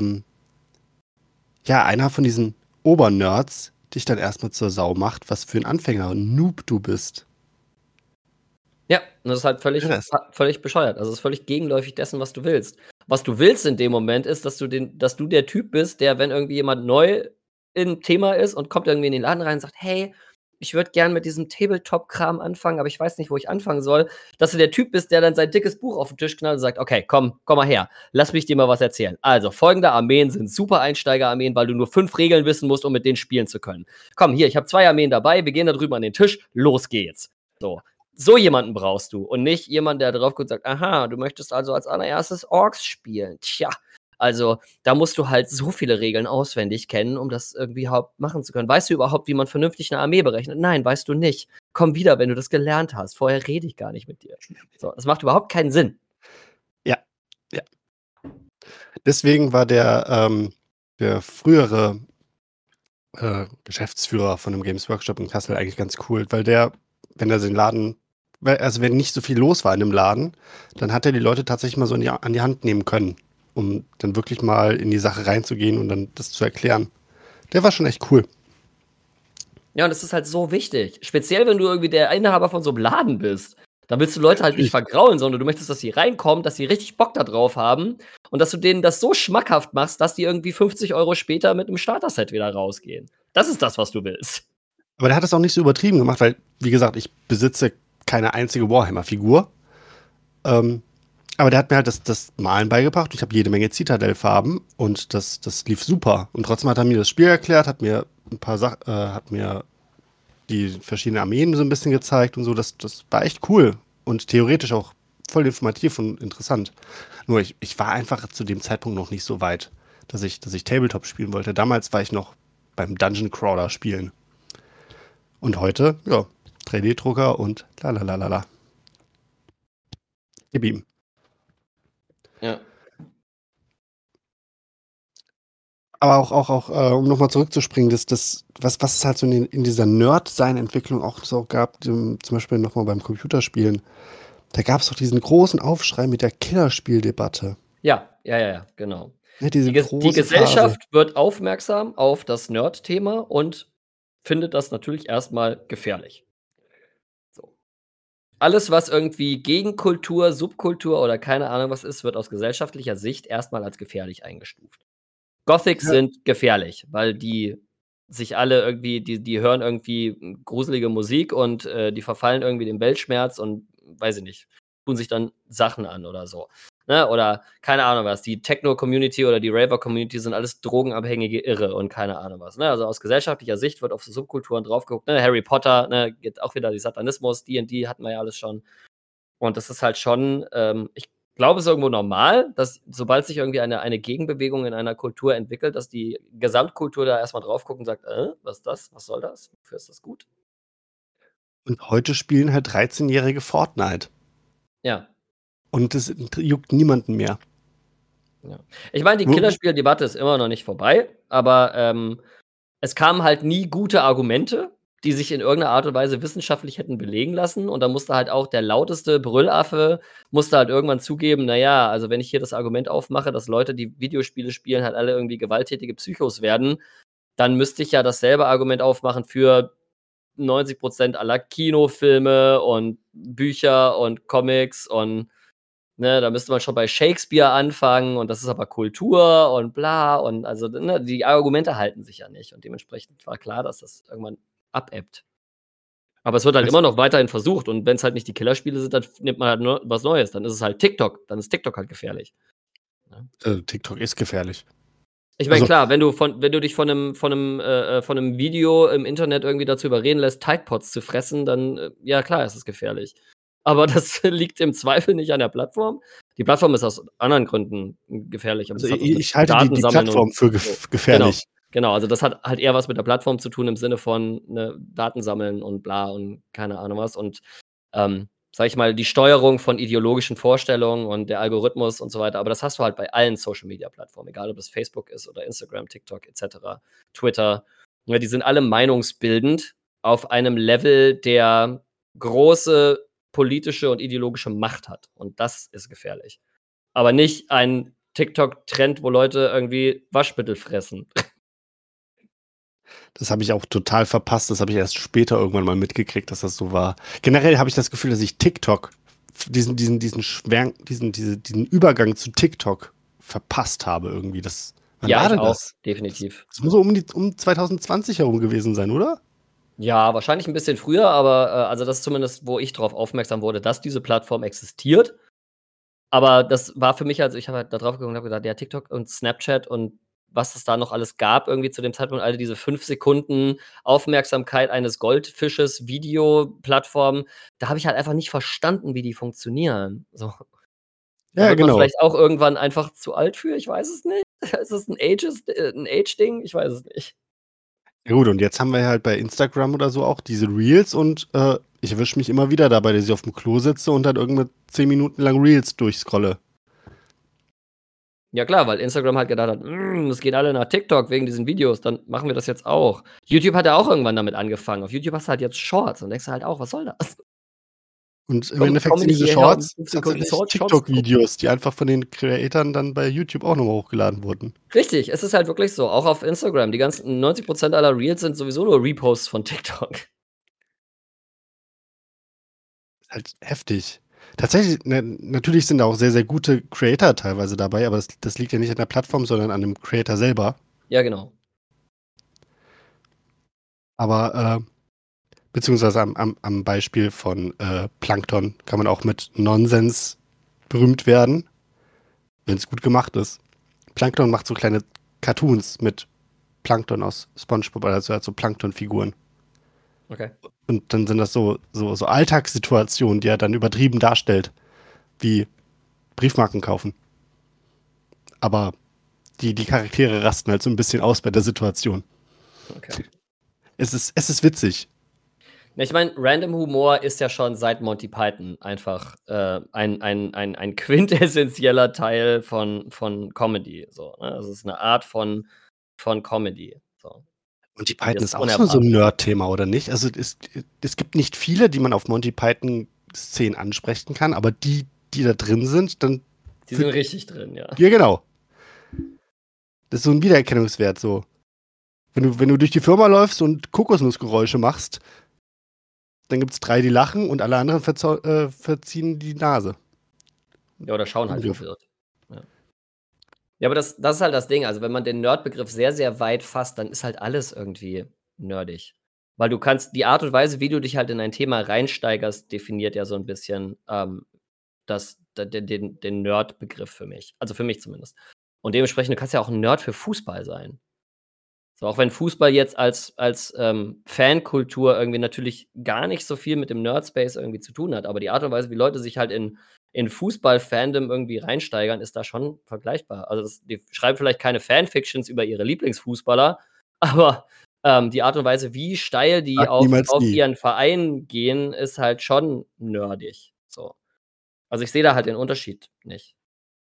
ja, einer von diesen Obernerds dich dann erst mal zur Sau macht, was für 'n Anfänger Noob du bist. Ja, und das ist halt Ja, das völlig bescheuert. Also, es ist völlig gegenläufig dessen, was du willst. Was du willst in dem Moment ist, dass du der Typ bist, der, wenn irgendwie jemand neu im Thema ist und kommt irgendwie in den Laden rein und sagt: „Hey, ich würde gern mit diesem Tabletop-Kram anfangen, aber ich weiß nicht, wo ich anfangen soll." Dass du der Typ bist, der dann sein dickes Buch auf den Tisch knallt und sagt: „Okay, komm mal her. Lass mich dir mal was erzählen. Also, folgende Armeen sind super Einsteigerarmeen, weil du nur 5 Regeln wissen musst, um mit denen spielen zu können. Komm, hier, ich habe 2 Armeen dabei, wir gehen da drüben an den Tisch, los geht's." So jemanden brauchst du und nicht jemanden, der drauf guckt und sagt: „Aha, du möchtest also als allererstes Orks spielen. Tja, also, da musst du halt so viele Regeln auswendig kennen, um das irgendwie überhaupt machen zu können. Weißt du überhaupt, wie man vernünftig 'ne Armee berechnet? Nein, weißt du nicht. Komm wieder, wenn du das gelernt hast. Vorher rede ich gar nicht mit dir." So, das macht überhaupt keinen Sinn. Ja, ja. Deswegen war der frühere, Geschäftsführer von dem Games Workshop in Kassel eigentlich ganz cool, weil wenn er den Laden wenn nicht so viel los war in dem Laden, dann hat er die Leute tatsächlich mal so an die Hand nehmen können, um dann wirklich mal in die Sache reinzugehen und dann das zu erklären. Der war schon echt cool. Ja, und das ist halt so wichtig. Speziell, wenn du irgendwie der Inhaber von so 'nem Laden bist. Dann willst du Leute halt nicht Natürlich. vergraulen, sondern du möchtest, dass sie reinkommen, dass sie richtig Bock da drauf haben und dass du denen das so schmackhaft machst, dass die irgendwie 50 € später mit 'nem Starter-Set wieder rausgehen. Das ist das, was du willst. Aber der hat es auch nicht so übertrieben gemacht, weil, wie gesagt, ich besitze keine einzige Warhammer-Figur. Aber der hat mir halt das Malen beigebracht. Ich habe jede Menge Citadel-Farben und das lief super. Und trotzdem hat er mir das Spiel erklärt, hat mir ein paar Sachen, hat mir die verschiedenen Armeen so ein bisschen gezeigt und so. Das war echt cool und theoretisch auch voll informativ und interessant. Nur ich war einfach zu dem Zeitpunkt noch nicht so weit, dass ich Tabletop spielen wollte. Damals war ich noch beim Dungeon Crawler spielen. Und heute, ja, 3D-Drucker und lalalala. Gib ihm. Ja. Aber auch um nochmal zurückzuspringen, was es halt so in dieser Nerd-Sein-Entwicklung auch so gab, zum Beispiel nochmal beim Computerspielen, da gab es doch diesen großen Aufschrei mit der Killerspieldebatte. Ja, genau. Ne, diese Die große Gesellschaft wird aufmerksam auf das Nerd-Thema und findet das natürlich erstmal gefährlich. So. Alles, was irgendwie Gegenkultur, Subkultur oder keine Ahnung was ist, wird aus gesellschaftlicher Sicht erstmal als gefährlich eingestuft. Gothics Ja. sind gefährlich, weil die sich alle irgendwie die hören irgendwie gruselige Musik und, die verfallen irgendwie dem Weltschmerz und, weiß ich nicht, tun sich dann Sachen an oder so, ne? Oder keine Ahnung was. Die Techno-Community oder die Raver-Community sind alles drogenabhängige Irre und keine Ahnung was, ne? Also, aus gesellschaftlicher Sicht wird auf so Subkulturen drauf geguckt, ne? Harry Potter, ne, geht auch wieder die Satanismus, D&D hatten wir ja alles schon. Und das ist halt schon, ich glaube, es ist irgendwo normal, dass sobald sich irgendwie eine Gegenbewegung in einer Kultur entwickelt, dass die Gesamtkultur da erstmal drauf guckt und sagt: was ist das? Was soll das? Wofür ist das gut?“ Und heute spielen halt 13-jährige Fortnite. Ja. Und das juckt niemanden mehr. Ja. Ich meine, die Wo- Killerspieldebatte ist immer noch nicht vorbei, aber, es kamen halt nie gute Argumente, die sich in irgendeiner Art und Weise wissenschaftlich hätten belegen lassen. Und da musste halt auch der lauteste Brüllaffe musste halt irgendwann zugeben: „Na ja, also wenn ich hier das Argument aufmache, dass Leute, die Videospiele spielen, halt alle irgendwie gewalttätige Psychos werden, dann müsste ich ja dasselbe Argument aufmachen für 90% aller Kinofilme und Bücher und Comics und, ne, da müsste man schon bei Shakespeare anfangen und das ist aber Kultur und bla und also, ne, die Argumente halten sich ja nicht und dementsprechend war klar, dass das irgendwann abebbt. Aber es wird halt Weißt immer noch weiterhin versucht und wenn's halt nicht die Killerspiele sind, dann nimmt man halt nur was Neues. Dann ist es halt TikTok. Dann ist TikTok halt gefährlich, ne? TikTok ist gefährlich. Ich meine, Also, klar, wenn du dich von 'nem Video im Internet irgendwie dazu überreden lässt, Tide Pods zu fressen, dann, ja klar, ist es gefährlich. Aber das liegt im Zweifel nicht an der Plattform. Die Plattform ist aus anderen Gründen gefährlich, aber das hat was mit ich halte die Datensammeln Plattform für so. gefährlich. Genau, also das hat halt eher was mit der Plattform zu tun im Sinne von, ne, Daten sammeln und bla und keine Ahnung was und, sage ich mal, die Steuerung von ideologischen Vorstellungen und der Algorithmus und so weiter. Aber das hast du halt bei allen Social-Media-Plattformen, egal ob es Facebook ist oder Instagram, TikTok et cetera, Twitter. Ne, die sind alle meinungsbildend auf einem Level, der große politische und ideologische Macht hat. Und das ist gefährlich. Aber nicht ein TikTok-Trend, wo Leute irgendwie Waschmittel fressen. Das habe ich auch total verpasst. Das habe ich erst später irgendwann mal mitgekriegt, dass das so war. Generell habe ich das Gefühl, dass ich TikTok, diesen Übergang zu TikTok verpasst habe irgendwie. Wann Ja, war ich denn auch, das? definitiv. Das muss so um 2020 herum gewesen sein, oder? Ja, wahrscheinlich ein bisschen früher, aber, also, das ist zumindest, wo ich drauf aufmerksam wurde, dass diese Plattform existiert. Aber das war für mich also, ich habe halt da drauf geguckt und habe gedacht, ja, TikTok und Snapchat und was es da noch alles gab irgendwie zu dem Zeitpunkt, alle diese 5 Sekunden Aufmerksamkeit eines Goldfisches Videoplattformen, da habe ich halt einfach nicht verstanden, wie die funktionieren. So. Da Ja, wird man genau. vielleicht auch irgendwann einfach zu alt für, ich weiß es nicht. Ist es 'n Age-Ding? Ich weiß es nicht. Ja gut, und jetzt haben wir halt bei Instagram oder so auch diese Reels und ich erwische mich immer wieder dabei, dass ich auf dem Klo sitze und dann irgendwann 10 Minuten lang Reels durchscrolle. Ja klar, weil Instagram halt gedacht hat: es gehen alle nach TikTok wegen diesen Videos, dann machen wir das jetzt auch.“ YouTube hat ja auch irgendwann damit angefangen. Auf YouTube hast du halt jetzt Shorts und denkst du halt auch: „Was soll das?“ Und im Komm Endeffekt komm sind nicht diese hierher, um Shorts 5 Sekunden tatsächlich Shorts zu gucken. TikTok-Videos, die einfach von den Creatoren dann bei YouTube auch nochmal hochgeladen wurden. Richtig, es ist halt wirklich so, auch auf Instagram. Die ganzen 90% aller Reels sind sowieso nur Reposts von TikTok. Halt heftig. Tatsächlich, natürlich sind da auch sehr, sehr gute Creator teilweise dabei, aber das liegt ja nicht an der Plattform, sondern an dem Creator selber. Ja, genau. Aber, beziehungsweise am Beispiel von Plankton kann man auch mit Nonsens berühmt werden, wenn es gut gemacht ist. Plankton macht so kleine Cartoons mit Plankton aus SpongeBob, also hat so Plankton-Figuren. Okay. Und dann sind das so Alltagssituationen, die er dann übertrieben darstellt, wie Briefmarken kaufen. Aber die Charaktere rasten halt so ein bisschen aus bei der Situation. Okay. Es ist witzig. Ich meine, Random Humor ist ja schon seit Monty Python einfach ein quintessentieller Teil von Comedy. So, ne? Das ist eine Art von Comedy. So. Monty Python ist ist auch so ein Nerd-Thema, oder nicht? Also es gibt nicht viele, die man auf Monty Python-Szenen ansprechen kann, aber die da drin sind, dann. Die sind richtig drin, ja. Ja, genau. Das ist so ein Wiedererkennungswert, so. Wenn du durch die Firma läufst und Kokosnussgeräusche machst, dann gibt es 3, die lachen und alle anderen verziehen die Nase. Ja, oder schauen halt verwirrt. Ja, aber das ist halt das Ding. Also, wenn man den Nerd-Begriff sehr, sehr weit fasst, dann ist halt alles irgendwie nerdig. Weil du kannst die Art und Weise, wie du dich halt in ein Thema reinsteigerst, definiert ja so ein bisschen den Nerd-Begriff für mich. Also für mich zumindest. Und dementsprechend, du kannst ja auch ein Nerd für Fußball sein. So, auch wenn Fußball jetzt als Fankultur irgendwie natürlich gar nicht so viel mit dem Nerd-Space irgendwie zu tun hat, aber die Art und Weise, wie Leute sich halt in Fußball-Fandom irgendwie reinsteigern, ist da schon vergleichbar. Also die schreiben vielleicht keine Fanfictions über ihre Lieblingsfußballer, aber die Art und Weise, wie steil die auf ihren Verein gehen, ist halt schon nerdig. So. Also ich sehe da halt den Unterschied nicht.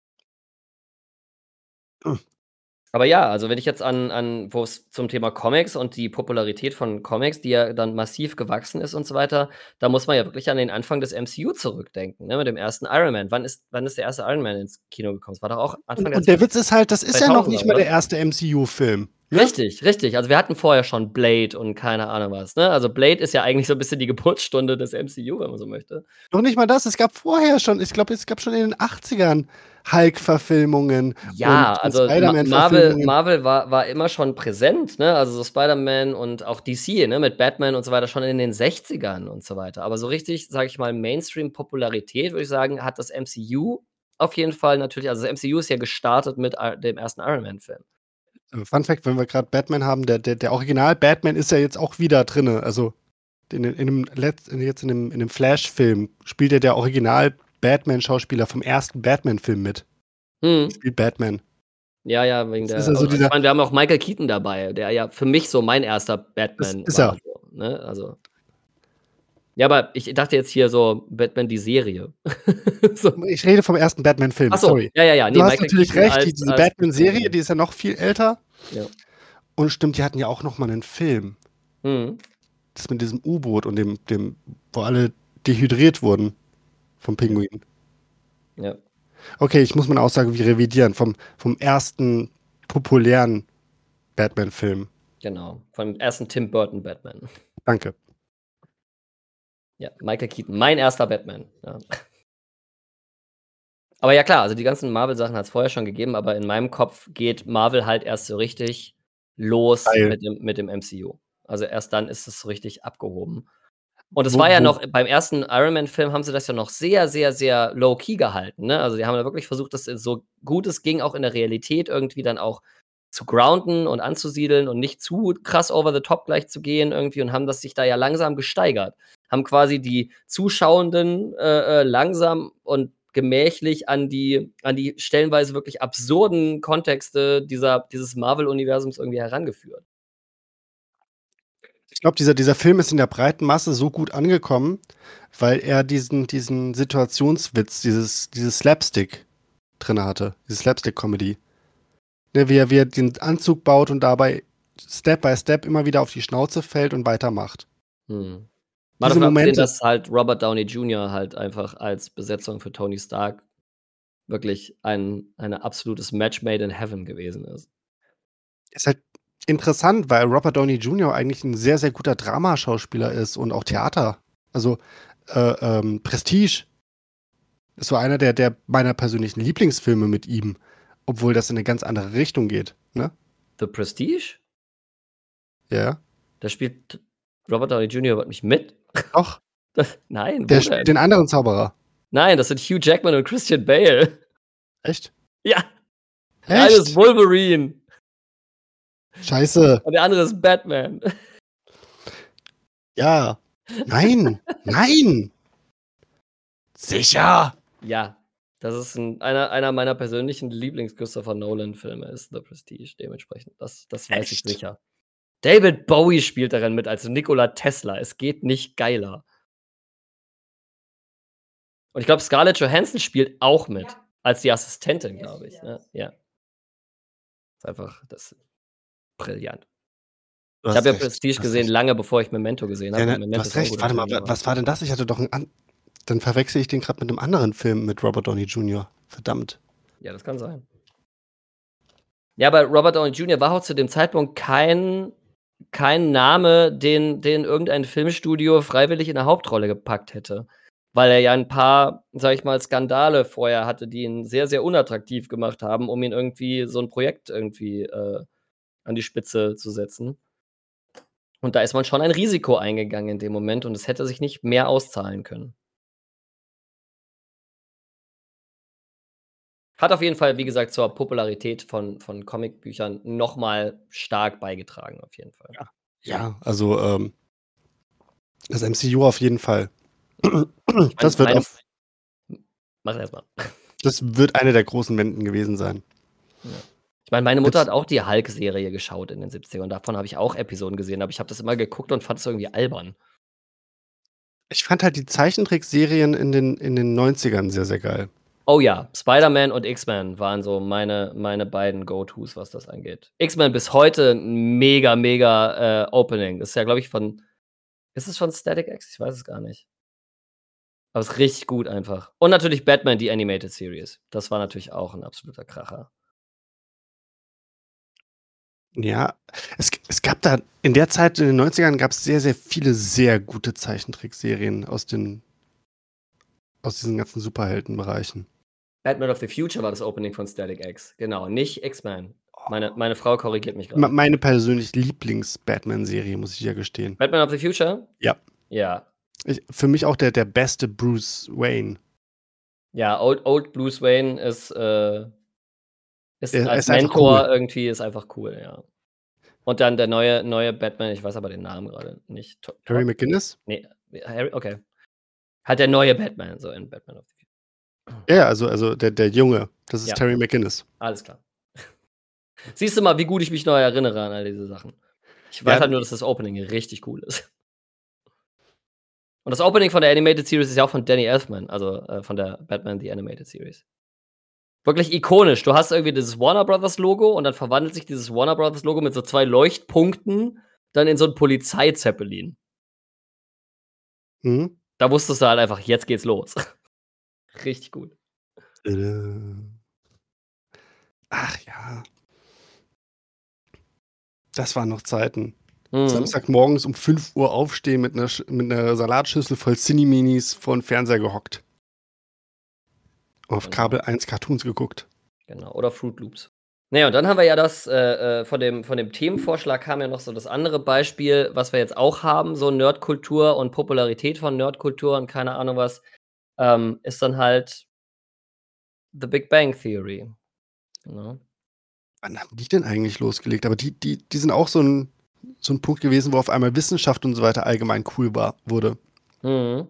Aber ja, also wenn ich jetzt wo es zum Thema Comics und die Popularität von Comics, die ja dann massiv gewachsen ist und so weiter, da muss man ja wirklich an den Anfang des MCU zurückdenken, ne, mit dem ersten Iron Man. Wann ist der erste Iron Man ins Kino gekommen? Das war doch auch Anfang Und der Witz ist halt, das ist ja noch nicht mal der erste MCU-Film. Ne? Richtig. Also wir hatten vorher schon Blade und keine Ahnung was, ne? Also Blade ist ja eigentlich so ein bisschen die Geburtsstunde des MCU, wenn man so möchte. Noch nicht mal das, es gab vorher schon, ich glaube, es gab schon in den 80ern Hulk-Verfilmungen. Ja, und also Marvel war immer schon präsent, ne? Also so Spider-Man und auch DC, ne, mit Batman und so weiter, schon in den 60ern und so weiter. Aber so richtig, sage ich mal, Mainstream-Popularität, würde ich sagen, hat das MCU auf jeden Fall natürlich. Also das MCU ist ja gestartet mit dem ersten Iron Man-Film. Fun Fact, wenn wir gerade Batman haben, der Original-Batman ist ja jetzt auch wieder drin. Also in dem Flash-Film spielt der Original-Batman-Schauspieler vom ersten Batman-Film mit. Spielt Batman. Ja, wegen der. Also ich meine, wir haben auch Michael Keaton dabei, der ja für mich so mein erster Batman ist war. So, ne? Also. Ja, aber ich dachte jetzt hier so Batman die Serie. So. Ich rede vom ersten Batman-Film, sorry. Ja. Du hast natürlich recht, diese Batman-Serie, die ist ja noch viel älter. Ja. Und stimmt, die hatten ja auch noch mal einen Film. Das mit diesem U-Boot und dem, wo alle dehydriert wurden vom Pinguin. Ja. Okay, ich muss meine Aussage wie revidieren. Vom ersten populären Batman-Film. Genau, vom ersten Tim Burton Batman. Danke. Ja, Michael Keaton, mein erster Batman. Ja. Aber ja klar, also die ganzen Marvel-Sachen hat es vorher schon gegeben, aber in meinem Kopf geht Marvel halt erst so richtig los mit dem MCU. Also erst dann ist es so richtig abgehoben. Und es war ja noch, beim ersten Iron Man-Film haben sie das ja noch sehr, sehr, sehr low-key gehalten. Ne? Also die haben da wirklich versucht, das so gut es ging, auch in der Realität irgendwie dann auch zu grounden und anzusiedeln und nicht zu krass over the top gleich zu gehen irgendwie und haben das sich da ja langsam gesteigert. Haben quasi die Zuschauenden langsam und gemächlich an die stellenweise wirklich absurden Kontexte dieses Marvel-Universums irgendwie herangeführt. Ich glaube, dieser Film ist in der breiten Masse so gut angekommen, weil er diesen Situationswitz, dieses Slapstick drin hatte, diese Slapstick-Comedy. Ne, wie er den Anzug baut und dabei Step by Step immer wieder auf die Schnauze fällt und weitermacht. Mal davon abgesehen, dass halt Robert Downey Jr. halt einfach als Besetzung für Tony Stark wirklich ein absolutes Match made in heaven gewesen ist. Ist halt interessant, weil Robert Downey Jr. eigentlich ein sehr, sehr guter Dramaschauspieler ist und auch Theater. Also Prestige ist so einer der meiner persönlichen Lieblingsfilme mit ihm, obwohl das in eine ganz andere Richtung geht, ne? The Prestige? Ja. Da spielt Robert Downey Jr. überhaupt nicht mit? Doch, Nein, wo der denn? spielt den anderen Zauberer. Nein, das sind Hugh Jackman und Christian Bale. Echt? Ja. Der eine ist Echt? Wolverine Scheiße. und der andere ist Batman. Ja. Nein. Nein. Sicher. Ja, das ist einer meiner persönlichen Lieblings-Christopher Nolan-Filme, ist The Prestige, dementsprechend. Das weiß ich Echt? sicher. David Bowie spielt darin mit als Nikola Tesla. Es geht nicht geiler. Und ich glaube, Scarlett Johansson spielt auch mit. Als die Assistentin, glaube ich. Ne? Ja. Ist einfach das ist brillant. Du Ich hast habe ja recht, Prestige du hast gesehen, recht. lange bevor ich Memento gesehen habe. Ja, und ne, du Memento hast ist auch ein recht. guter Warte mal, Film, aber- was war denn das? Ich hatte doch dann verwechsel ich den gerade mit einem anderen Film mit Robert Downey Jr. Verdammt. Ja, das kann sein. Ja, aber Robert Downey Jr. war auch zu dem Zeitpunkt kein Name, den irgendein Filmstudio freiwillig in der Hauptrolle gepackt hätte. Weil er ja ein paar, sag ich mal, Skandale vorher hatte, die ihn sehr, sehr unattraktiv gemacht haben, um ihn irgendwie so ein Projekt irgendwie an die Spitze zu setzen. Und da ist man schon ein Risiko eingegangen in dem Moment und es hätte sich nicht mehr auszahlen können. Hat auf jeden Fall, wie gesagt, zur Popularität von Comicbüchern noch mal stark beigetragen, auf jeden Fall. Ja, also das MCU auf jeden Fall. Das meine- wird Mach erst mal. das wird eine der großen Wenden gewesen sein. Ich meine, meine Mutter Jetzt- hat auch die Hulk-Serie geschaut in den 70ern. Davon habe ich auch Episoden gesehen, aber ich habe das immer geguckt und fand es irgendwie albern. Ich fand halt die Zeichentrickserien in den 90ern sehr, sehr geil. Oh ja, Spider-Man und X-Men waren so meine beiden Go-Tos, was das angeht. X-Men bis heute ein mega Opening. Das ist ja, glaube ich, ist es von Static X? Ich weiß es gar nicht. Aber es ist richtig gut einfach. Und natürlich Batman, die Animated Series. Das war natürlich auch ein absoluter Kracher. Ja, es gab da in der Zeit, in den 90ern, gab es sehr, sehr viele sehr gute Zeichentrickserien aus diesen ganzen Superheldenbereichen. Batman of the Future war das Opening von Static X. Genau, nicht X-Men. Meine Frau korrigiert mich gerade. Meine persönlich Lieblings-Batman-Serie, muss ich ja gestehen. Batman of the Future? Ja. Ja. Für mich auch der beste Bruce Wayne. Ja, Old Bruce Wayne ist Er als ist einfach Mentor cool. irgendwie ist einfach cool, ja. Und dann der neue Batman, ich weiß aber den Namen gerade nicht. Terry McGinnis? Nee, Harry, okay. Halt der neue Batman, so in Batman of the Future. Ja, also der Junge. Das ist Ja. Terry McGinnis. Alles klar. Siehst du mal, wie gut ich mich noch erinnere an all diese Sachen. Ich weiß Ja. halt nur, dass das Opening richtig cool ist. Und das Opening von der Animated Series ist ja auch von Danny Elfman, also von der Batman The Animated Series. Wirklich ikonisch. Du hast irgendwie dieses Warner Brothers Logo und dann verwandelt sich dieses Warner Brothers Logo mit so 2 Leuchtpunkten dann in so 'n Polizeizeppelin. Mhm. Da wusstest du halt einfach, jetzt geht's los. Richtig gut. Ach ja. Das waren noch Zeiten. Mhm. Samstagmorgens um 5 Uhr aufstehen mit einer Salatschüssel voll Cineminis vor den Fernseher gehockt. Auf Genau. Kabel 1 Cartoons geguckt. Genau, oder Fruit Loops. Ne, und dann haben wir ja das, von dem Themenvorschlag kam ja noch so das andere Beispiel, was wir jetzt auch haben, so Nerdkultur und Popularität von Nerdkultur und keine Ahnung was, ist dann halt The Big Bang Theory. Ne? Wann haben die denn eigentlich losgelegt? Aber die sind auch so ein Punkt gewesen, wo auf einmal Wissenschaft und so weiter allgemein cool wurde. Mhm.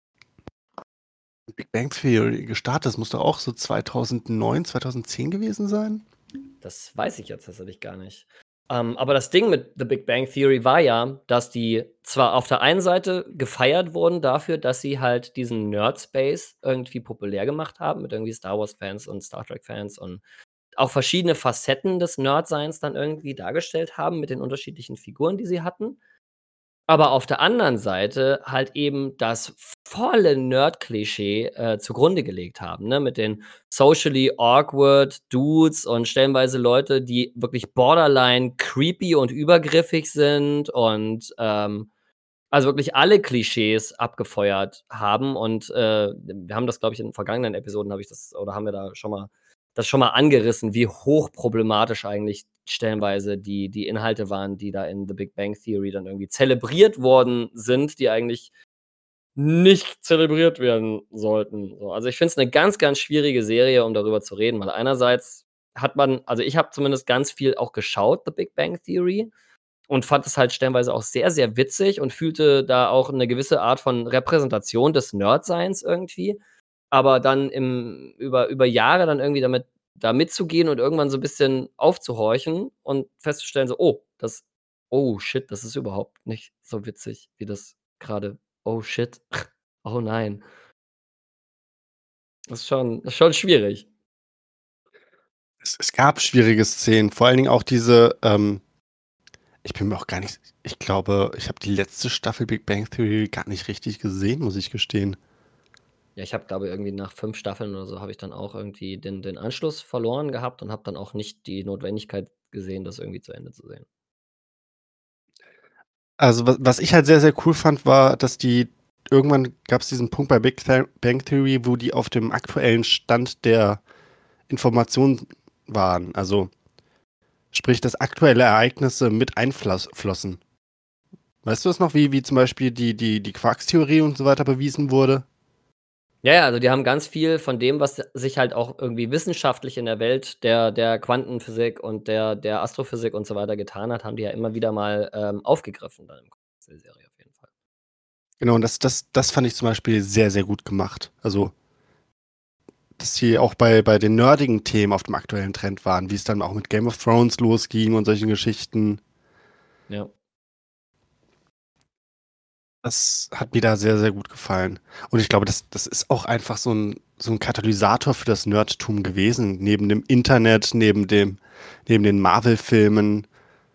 Big Bang Theory gestartet, das muss doch auch so 2009, 2010 gewesen sein? Das weiß ich jetzt tatsächlich gar nicht. Aber das Ding mit The Big Bang Theory war ja, dass die zwar auf der einen Seite gefeiert wurden dafür, dass sie halt diesen Nerd-Space irgendwie populär gemacht haben, mit irgendwie Star Wars-Fans und Star Trek-Fans und auch verschiedene Facetten des Nerdseins dann irgendwie dargestellt haben mit den unterschiedlichen Figuren, die sie hatten. Aber auf der anderen Seite halt eben das volle Nerd-Klischee zugrunde gelegt haben, ne? Mit den socially awkward Dudes und stellenweise Leute, die wirklich borderline creepy und übergriffig sind und Also wirklich alle Klischees abgefeuert haben und, wir haben das, glaube ich, in vergangenen Episoden habe ich das oder haben wir da schon mal angerissen, wie hochproblematisch eigentlich stellenweise die Inhalte waren, die da in The Big Bang Theory dann irgendwie zelebriert worden sind, die eigentlich nicht zelebriert werden sollten. So, also, ich finde es 'ne ganz, ganz schwierige Serie, um darüber zu reden, weil einerseits hat man also, ich habe zumindest ganz viel auch geschaut, The Big Bang Theory, und fand es halt stellenweise auch sehr, sehr witzig und fühlte da auch 'ne gewisse Art von Repräsentation des Nerdseins irgendwie. Aber dann über Jahre dann irgendwie da mitzugehen und irgendwann so 'n bisschen aufzuhorchen und festzustellen so: Oh shit, das ist überhaupt nicht so witzig, wie das grade oh shit, oh nein. Das ist schon schwierig. Es gab schwierige Szenen, vor allen Dingen auch diese, ich bin mir auch gar nicht ich glaube, ich habe die letzte Staffel Big Bang Theory gar nicht richtig gesehen, muss ich gestehen. Ja, ich habe, glaube irgendwie nach 5 Staffeln oder so habe ich dann auch irgendwie den Anschluss verloren gehabt und habe dann auch nicht die Notwendigkeit gesehen, das irgendwie zu Ende zu sehen. Also, was ich halt sehr, sehr cool fand, war, dass die irgendwann gab es diesen Punkt bei Bang Theory, wo die auf dem aktuellen Stand der Informationen waren. Also, sprich, dass aktuelle Ereignisse mit flossen. Weißt du das noch, wie zum Beispiel die Quarkstheorie und so weiter bewiesen wurde? Ja, ja, also die haben ganz viel von dem, was sich halt auch irgendwie wissenschaftlich in der Welt der Quantenphysik und der Astrophysik und so weiter getan hat, haben die ja immer wieder mal, aufgegriffen dann im Kontext der Serie auf jeden Fall. Genau, und das fand ich zum Beispiel sehr, sehr gut gemacht. Also, dass sie auch bei den nerdigen Themen auf dem aktuellen Trend waren, wie es dann auch mit Game of Thrones losging und solchen Geschichten. Ja. Das hat mir da sehr, sehr gut gefallen. Und ich glaube, das ist auch einfach so 'n Katalysator für das Nerdtum gewesen, neben dem Internet, neben den Marvel-Filmen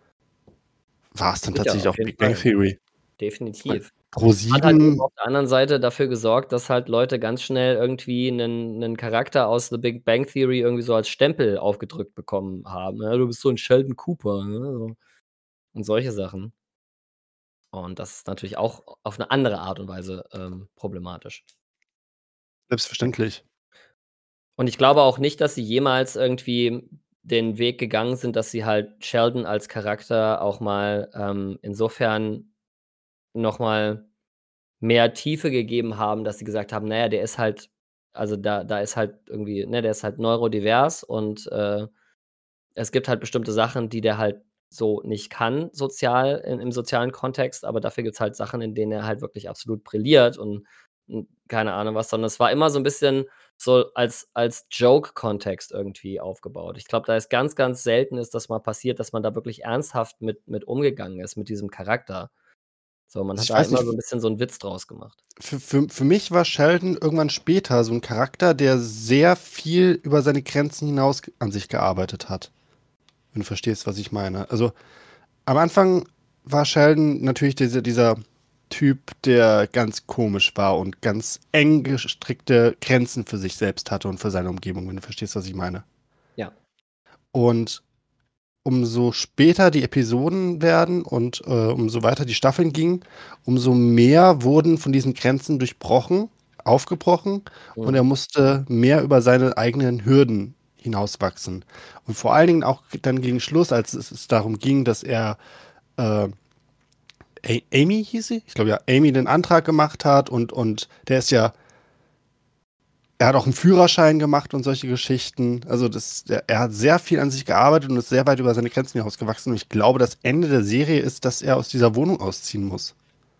war es dann Sicher, tatsächlich auf auch jeden Big Bang Fall. Theory. Weil Definitiv. Hat halt eben ProSieben auf der anderen Seite dafür gesorgt, dass halt Leute ganz schnell irgendwie 'nen Charakter aus The Big Bang Theory irgendwie so als Stempel aufgedrückt bekommen haben. „Ja, du bist so 'n Sheldon Cooper“, ne, so und solche Sachen. Und das ist natürlich auch auf 'ne andere Art und Weise, problematisch. selbstverständlich. Und ich glaube auch nicht, dass sie jemals irgendwie den Weg gegangen sind, dass sie halt Sheldon als Charakter auch mal, insofern noch mal mehr Tiefe gegeben haben, dass sie gesagt haben: „Na ja, der ist halt also, da ist halt irgendwie ne, der ist halt neurodivers und, es gibt halt bestimmte Sachen, die der halt so nicht kann sozial im sozialen Kontext, aber dafür gibt's halt Sachen, in denen er halt wirklich absolut brilliert und keine Ahnung was, sondern es war immer so 'n bisschen so als Joke-Kontext irgendwie aufgebaut. Ich glaube, da ist ganz, ganz selten ist das mal passiert, dass man da wirklich ernsthaft mit umgegangen ist mit diesem Charakter. So, man Also, hat ich da weiß immer nicht, so 'n bisschen so 'n Witz draus gemacht. für mich war Sheldon irgendwann später so 'n Charakter, der sehr viel über seine Grenzen hinaus an sich gearbeitet hat, wenn du verstehst, was ich meine. Also, am Anfang war Sheldon natürlich dieser Typ, der ganz komisch war und ganz eng gestrickte Grenzen für sich selbst hatte und für seine Umgebung, wenn du verstehst, was ich meine. Ja. Und umso später die Episoden werden und, umso weiter die Staffeln gingen, umso mehr wurden von diesen Grenzen aufgebrochen und er Mhm. musste mehr über seine eigenen Hürden hinauswachsen. Und vor allen Dingen auch dann gegen Schluss, als es darum ging, dass er, äh Amy hieß sie? Ich glaube ja, Amy den Antrag gemacht hat und der ist ja er hat auch 'n Führerschein gemacht und solche Geschichten. Also, er hat sehr viel an sich gearbeitet und ist sehr weit über seine Grenzen hinausgewachsen und ich glaube, das Ende der Serie ist, dass er aus dieser Wohnung ausziehen muss.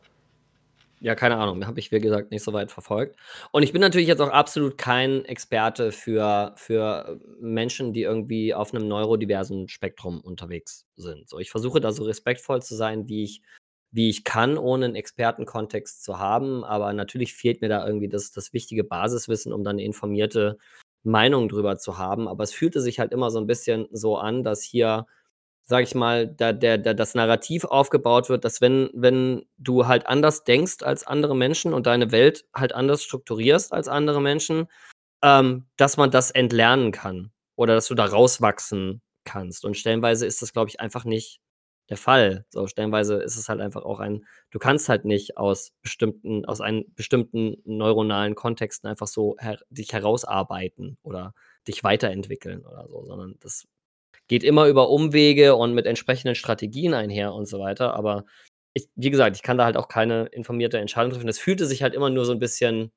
Ja, keine Ahnung, habe ich, wie gesagt, nicht so weit verfolgt. Und ich bin natürlich jetzt auch absolut kein Experte für Menschen, die irgendwie auf 'nem neurodiversen Spektrum unterwegs sind. So, ich versuche da so respektvoll zu sein, wie ich kann, ohne 'n Expertenkontext zu haben, aber natürlich fehlt mir da irgendwie das wichtige Basiswissen, um dann 'ne informierte Meinung drüber zu haben. Aber es fühlte sich halt immer so 'n bisschen so an, dass hier, sage ich mal, da das Narrativ aufgebaut wird, dass wenn du halt anders denkst als andere Menschen und deine Welt halt anders strukturierst als andere Menschen, dass man das entlernen kann oder dass du da rauswachsen kannst. Und stellenweise ist das, glaube ich, einfach nicht der Fall. So, stellenweise ist es halt einfach auch du kannst halt nicht aus einen bestimmten neuronalen Kontexten einfach so dich herausarbeiten oder dich weiterentwickeln oder so, sondern das geht immer über Umwege und mit entsprechenden Strategien einher und so weiter. Aber wie gesagt, ich kann da halt auch keine informierte Entscheidung treffen. Das fühlte sich halt immer nur so ein bisschen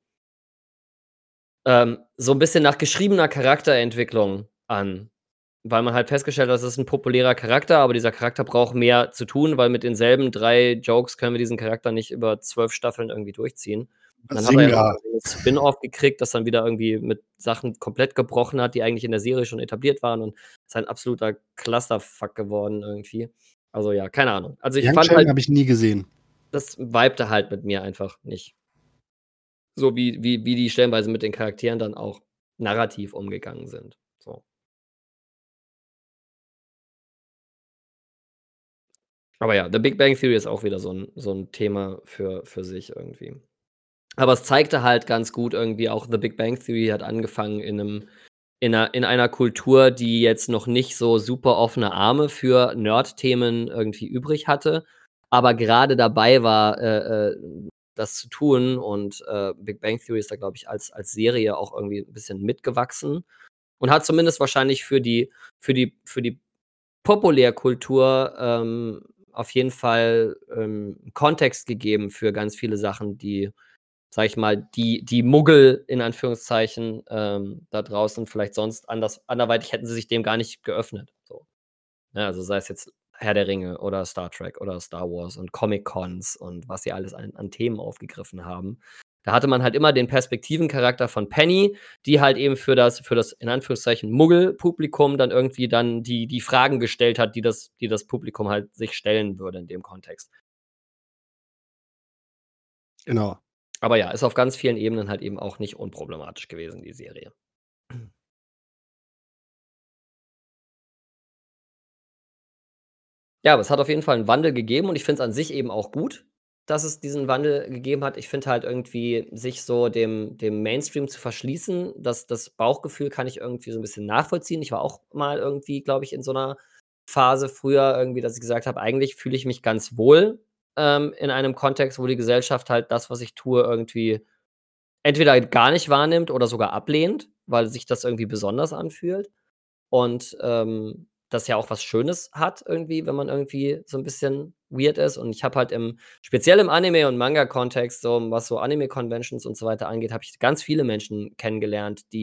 nach geschriebener Charakterentwicklung an, weil man halt festgestellt hat, das ist ein populärer Charakter, aber dieser Charakter braucht mehr zu tun, weil mit denselben 3 Jokes können wir diesen Charakter nicht über 12 Staffeln irgendwie durchziehen. Und dann hat er ja Bazinga. so 'n Spin-off gekriegt, das dann wieder irgendwie mit Sachen komplett gebrochen hat, die eigentlich in der Serie schon etabliert waren und ist ein absoluter Clusterfuck geworden irgendwie. Also, ja, keine Ahnung. Also, ich Young fand halt, Sheldon habe ich nie gesehen. das vibete halt mit mir einfach nicht. So wie die stellenweise mit den Charakteren dann auch narrativ umgegangen sind, so. Aber ja, The Big Bang Theory ist auch wieder so 'n Thema für sich irgendwie. Aber es zeigte halt ganz gut irgendwie auch, The Big Bang Theory hat angefangen in einer Kultur, die jetzt noch nicht so super offene Arme für Nerd-Themen irgendwie übrig hatte, aber grade dabei war, das zu tun und, Big Bang Theory ist da, glaube ich, als Serie auch irgendwie 'n bisschen mitgewachsen und hat zumindest wahrscheinlich für die Populärkultur, auf jeden Fall, Kontext gegeben für ganz viele Sachen, die, sage ich mal, die Muggel in Anführungszeichen, da draußen vielleicht sonst anderweitig hätten sie sich dem gar nicht geöffnet, so. Ne, also sei es jetzt Herr der Ringe oder Star Trek oder Star Wars und Comic-Cons und was sie alles an Themen aufgegriffen haben. Da hatte man halt immer den Perspektivencharakter von Penny, die halt eben für das in Anführungszeichen Muggel-Publikum dann irgendwie dann die Fragen gestellt hat, die das Publikum halt sich stellen würde in dem Kontext. Genau. Aber ja, ist auf ganz vielen Ebenen halt eben auch nicht unproblematisch gewesen, die Serie. Ja, aber es hat auf jeden Fall 'n Wandel gegeben und ich finde es an sich eben auch gut, dass es diesen Wandel gegeben hat. Ich finde halt irgendwie, sich so dem Mainstream zu verschließen, das Bauchgefühl kann ich irgendwie so 'n bisschen nachvollziehen. Ich war auch mal irgendwie, glaube ich, in so 'ner Phase früher irgendwie, dass ich gesagt habe: „Eigentlich fühle ich mich ganz wohl, in einem Kontext, wo die Gesellschaft halt das, was ich tue, irgendwie entweder gar nicht wahrnimmt oder sogar ablehnt, weil sich das irgendwie besonders anfühlt." Und, das ja auch was Schönes hat irgendwie, wenn man irgendwie so 'n bisschen weird ist. Und ich habe halt speziell im Anime und Manga-Kontext, so was so Anime-Conventions und so weiter angeht, habe ich ganz viele Menschen kennengelernt,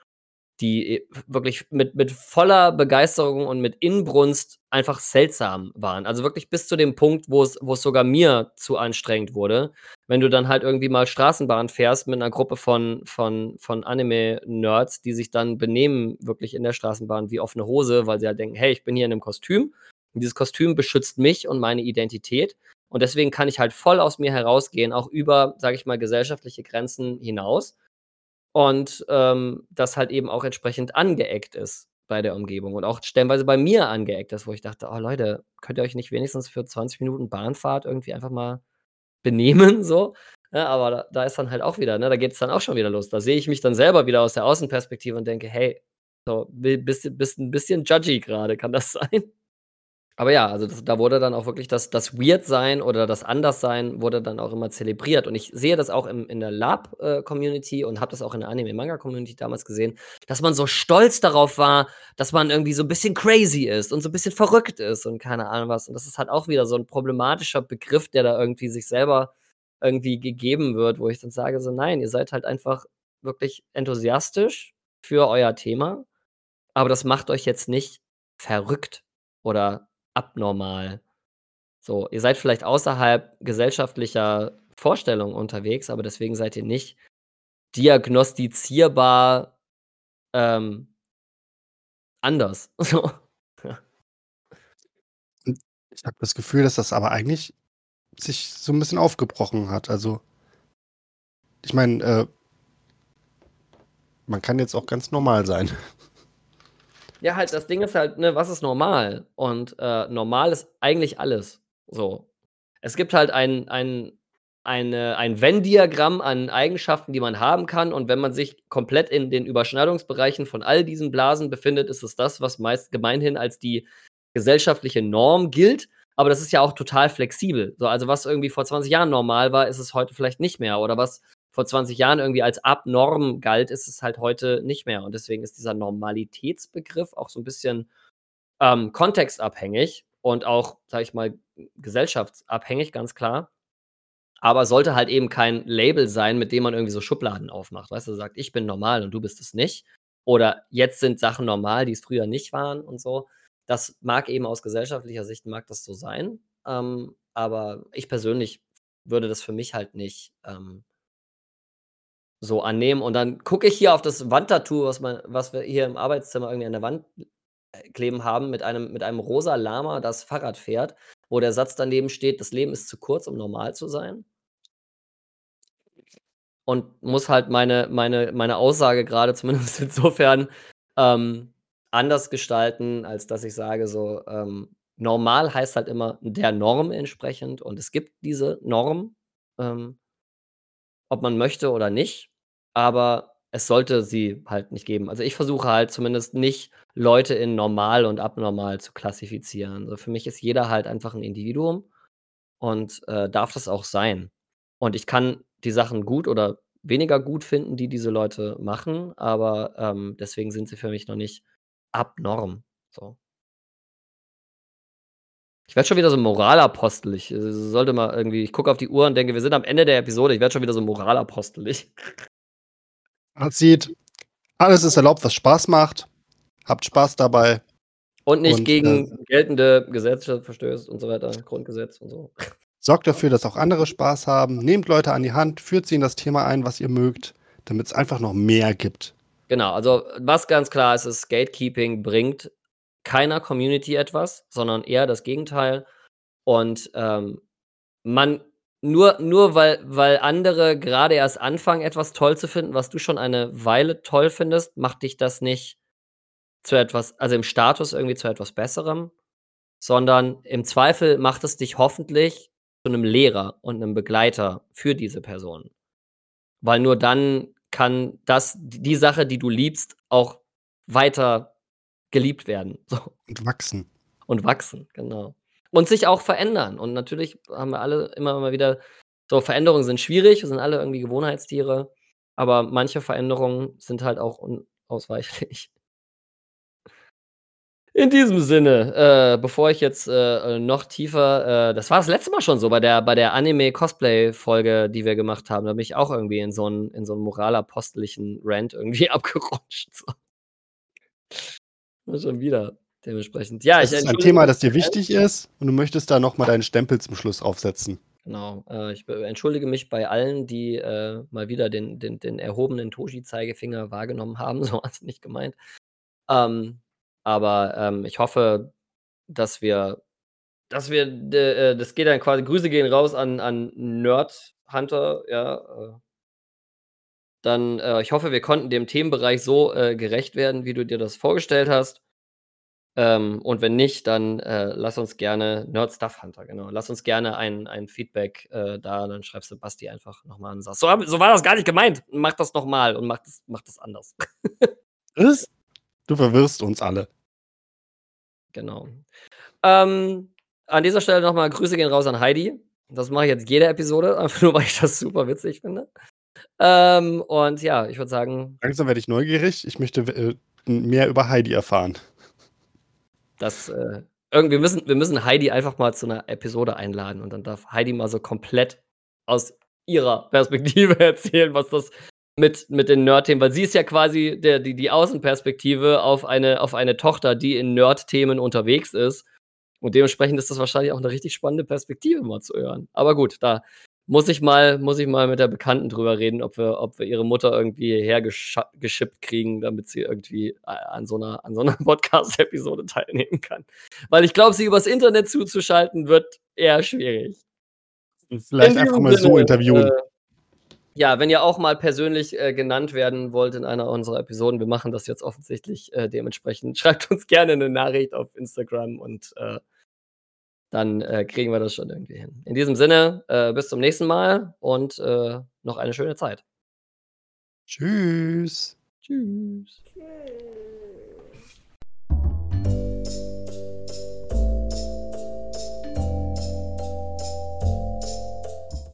die wirklich mit voller Begeisterung und mit Inbrunst einfach seltsam waren. Also, wirklich bis zu dem Punkt, wo es sogar mir zu anstrengend wurde. Wenn du dann halt irgendwie mal Straßenbahn fährst mit 'ner Gruppe von Anime-Nerds, die sich dann benehmen wirklich in der Straßenbahn wie offene Hose, weil sie halt denken: „Hey, ich bin hier in 'nem Kostüm und dieses Kostüm beschützt mich und meine Identität und deswegen kann ich halt voll aus mir herausgehen, auch über, sage ich mal, gesellschaftliche Grenzen hinaus." Und, das halt eben auch entsprechend angeeckt ist bei der Umgebung und auch stellenweise bei mir angeeckt ist, wo ich dachte: „Oh Leute, könnt ihr euch nicht wenigstens für 20 Minuten Bahnfahrt irgendwie einfach mal benehmen so?" Ne, aber da ist dann halt auch wieder, ne, da geht's dann auch schon wieder los. Da sehe ich mich dann selber wieder aus der Außenperspektive und denke: „Hey, so, bist 'n bisschen judgy grade, kann das sein?" Aber ja, also da wurde dann auch wirklich das Weird-Sein oder das Anderssein wurde dann auch immer zelebriert. Und ich sehe das auch in der Lab Community und habe das auch in der Anime-Manga-Community damals gesehen, dass man so stolz darauf war, dass man irgendwie so 'n bisschen crazy ist und so 'n bisschen verrückt ist und keine Ahnung was. Und das ist halt auch wieder so 'n problematischer Begriff, der da irgendwie sich selber irgendwie gegeben wird, wo ich dann sage so: „Nein, ihr seid halt einfach wirklich enthusiastisch für euer Thema, aber das macht euch jetzt nicht verrückt oder abnormal." So, ihr seid vielleicht außerhalb gesellschaftlicher Vorstellungen unterwegs, aber deswegen seid ihr nicht diagnostizierbar, ähm, anders. So. Ja. Und ich habe das Gefühl, dass das aber eigentlich sich so 'n bisschen aufgebrochen hat. Also, ich meine, man kann jetzt auch ganz normal sein. Ja, halt, das Ding ist halt, ne, was ist normal? Und, normal ist eigentlich alles, so. Es gibt halt ein Venn-Diagramm an Eigenschaften, die man haben kann, und wenn man sich komplett in den Überschneidungsbereichen von all diesen Blasen befindet, ist es das, was meist gemeinhin als die gesellschaftliche Norm gilt. aber das ist ja auch total flexibel. So, also was irgendwie vor 20 Jahren normal war, ist es heute vielleicht nicht mehr. Oder was vor 20 Jahren irgendwie als Abnorm galt, ist es halt heute nicht mehr. Und deswegen ist dieser Normalitätsbegriff auch so ein bisschen kontextabhängig und auch, sage ich mal, gesellschaftsabhängig, ganz klar. Aber sollte halt eben kein Label sein, mit dem man irgendwie so Schubladen aufmacht. Weißt du, sagt, ich bin normal und du bist es nicht. Oder jetzt sind Sachen normal, die es früher nicht waren und so. Das mag eben aus gesellschaftlicher Sicht mag das so sein. Aber ich persönlich würde das für mich halt nicht so annehmen. Und dann gucke ich hier auf das Wandtattoo, was wir hier im Arbeitszimmer irgendwie an der Wand kleben haben, mit einem rosa Lama, das Fahrrad fährt, wo der Satz daneben steht: „Das Leben ist zu kurz, um normal zu sein." Und muss halt meine Aussage gerade zumindest insofern, anders gestalten, als dass ich sage so, normal heißt halt immer der Norm entsprechend und es gibt diese Norm, ähm, ob man möchte oder nicht, aber es sollte sie halt nicht geben. Also, ich versuche halt zumindest nicht, Leute in normal und abnormal zu klassifizieren. So, für mich ist jeder halt einfach 'n Individuum und, darf das auch sein. Und ich kann die Sachen gut oder weniger gut finden, die diese Leute machen, aber, deswegen sind sie für mich noch nicht abnorm, so. Ich werde schon wieder so Moralapostel. Sollte mal irgendwie ich gucke auf die Uhr und denke, wir sind am Ende der Episode. Ich werde schon wieder so moralapostelig. Fazit: Alles ist erlaubt, was Spaß macht. Habt Spaß dabei Und nicht und gegen geltende Gesetze verstößt und so weiter, Grundgesetz und so. sorgt dafür, dass auch andere Spaß haben. Nehmt Leute an die Hand, führt sie in das Thema ein, was ihr mögt, damit es einfach noch mehr gibt. Genau, also was ganz klar ist, ist, Gatekeeping bringt keiner Community etwas, sondern eher das Gegenteil. Und, man nur weil andere gerade erst anfangen, etwas toll zu finden, was du schon eine Weile toll findest, macht dich das nicht zu etwas, also im Status irgendwie zu etwas Besserem, sondern im Zweifel macht es dich hoffentlich zu 'nem Lehrer und 'nem Begleiter für diese Person. Weil nur dann kann die Sache, die du liebst, auch weiter geliebt werden, so Und wachsen. und wachsen, genau. Und sich auch verändern. Und natürlich haben wir alle immer mal wieder so Veränderungen sind schwierig, wir sind alle irgendwie Gewohnheitstiere, aber manche Veränderungen sind halt auch unausweichlich. In diesem Sinne, bevor ich jetzt, noch tiefer das war das letzte Mal schon so bei der Anime-Cosplay-Folge, die wir gemacht haben. Da bin ich auch irgendwie in so 'n moralapostelischen Rant irgendwie abgerutscht, so. Und schon wieder dementsprechend. Ja, ich Es ist ein entschuldige Thema, mich das dir bei allen. wichtig ist und du möchtest da noch mal deinen Stempel zum Schluss aufsetzen. Genau, ich entschuldige mich bei allen, die, mal wieder den erhobenen Toshi-Zeigefinger wahrgenommen haben, so war's nicht gemeint. Ähm, aber, ich hoffe, dass wir das geht dann quasi Grüße gehen raus an Nerd Hunter, ja, dann, ich hoffe, wir konnten dem Themenbereich so, gerecht werden, wie du dir das vorgestellt hast. Und wenn nicht, dann, lass uns gerne Nerd Stuff Hunter, genau. Lass uns gerne ein Feedback, da, dann schreibst du Basti einfach noch mal und sagst: „So war das gar nicht gemeint. Mach das noch mal und mach das anders." Was? Du verwirrst uns alle. Genau. Ähm, an dieser Stelle noch mal Grüße gehen raus an Heidi. Das mache ich jetzt jede Episode, einfach nur, weil ich das super witzig finde. Und ja, ich würde sagen, Langsam werde ich neugierig. Ich möchte mehr über Heidi erfahren. dass, wir müssen Heidi einfach mal zu einer Episode einladen und dann darf Heidi mal so komplett aus ihrer Perspektive erzählen, was das mit den Nerd-Themen, weil sie ist ja quasi die Außenperspektive auf eine Tochter, die in Nerd-Themen unterwegs ist. Und dementsprechend ist das wahrscheinlich auch 'ne richtig spannende Perspektive mal zu hören. Aber gut, da muss ich mal mit der Bekannten drüber reden, ob wir ihre Mutter irgendwie geschippt kriegen, damit sie irgendwie an so 'ner Podcast-Episode teilnehmen kann. Weil ich glaube, sie übers Internet zuzuschalten, wird eher schwierig. In Vielleicht einfach diesem mal so Sinne, interviewen. ja, wenn ihr auch mal persönlich, genannt werden wollt in einer unserer Episoden, wir machen das jetzt offensichtlich, dementsprechend schreibt uns gerne 'ne Nachricht auf Instagram und, dann, kriegen wir das schon irgendwie hin. In diesem Sinne, bis zum nächsten Mal und, noch eine schöne Zeit. Tschüss. Tschüss. Tschüss.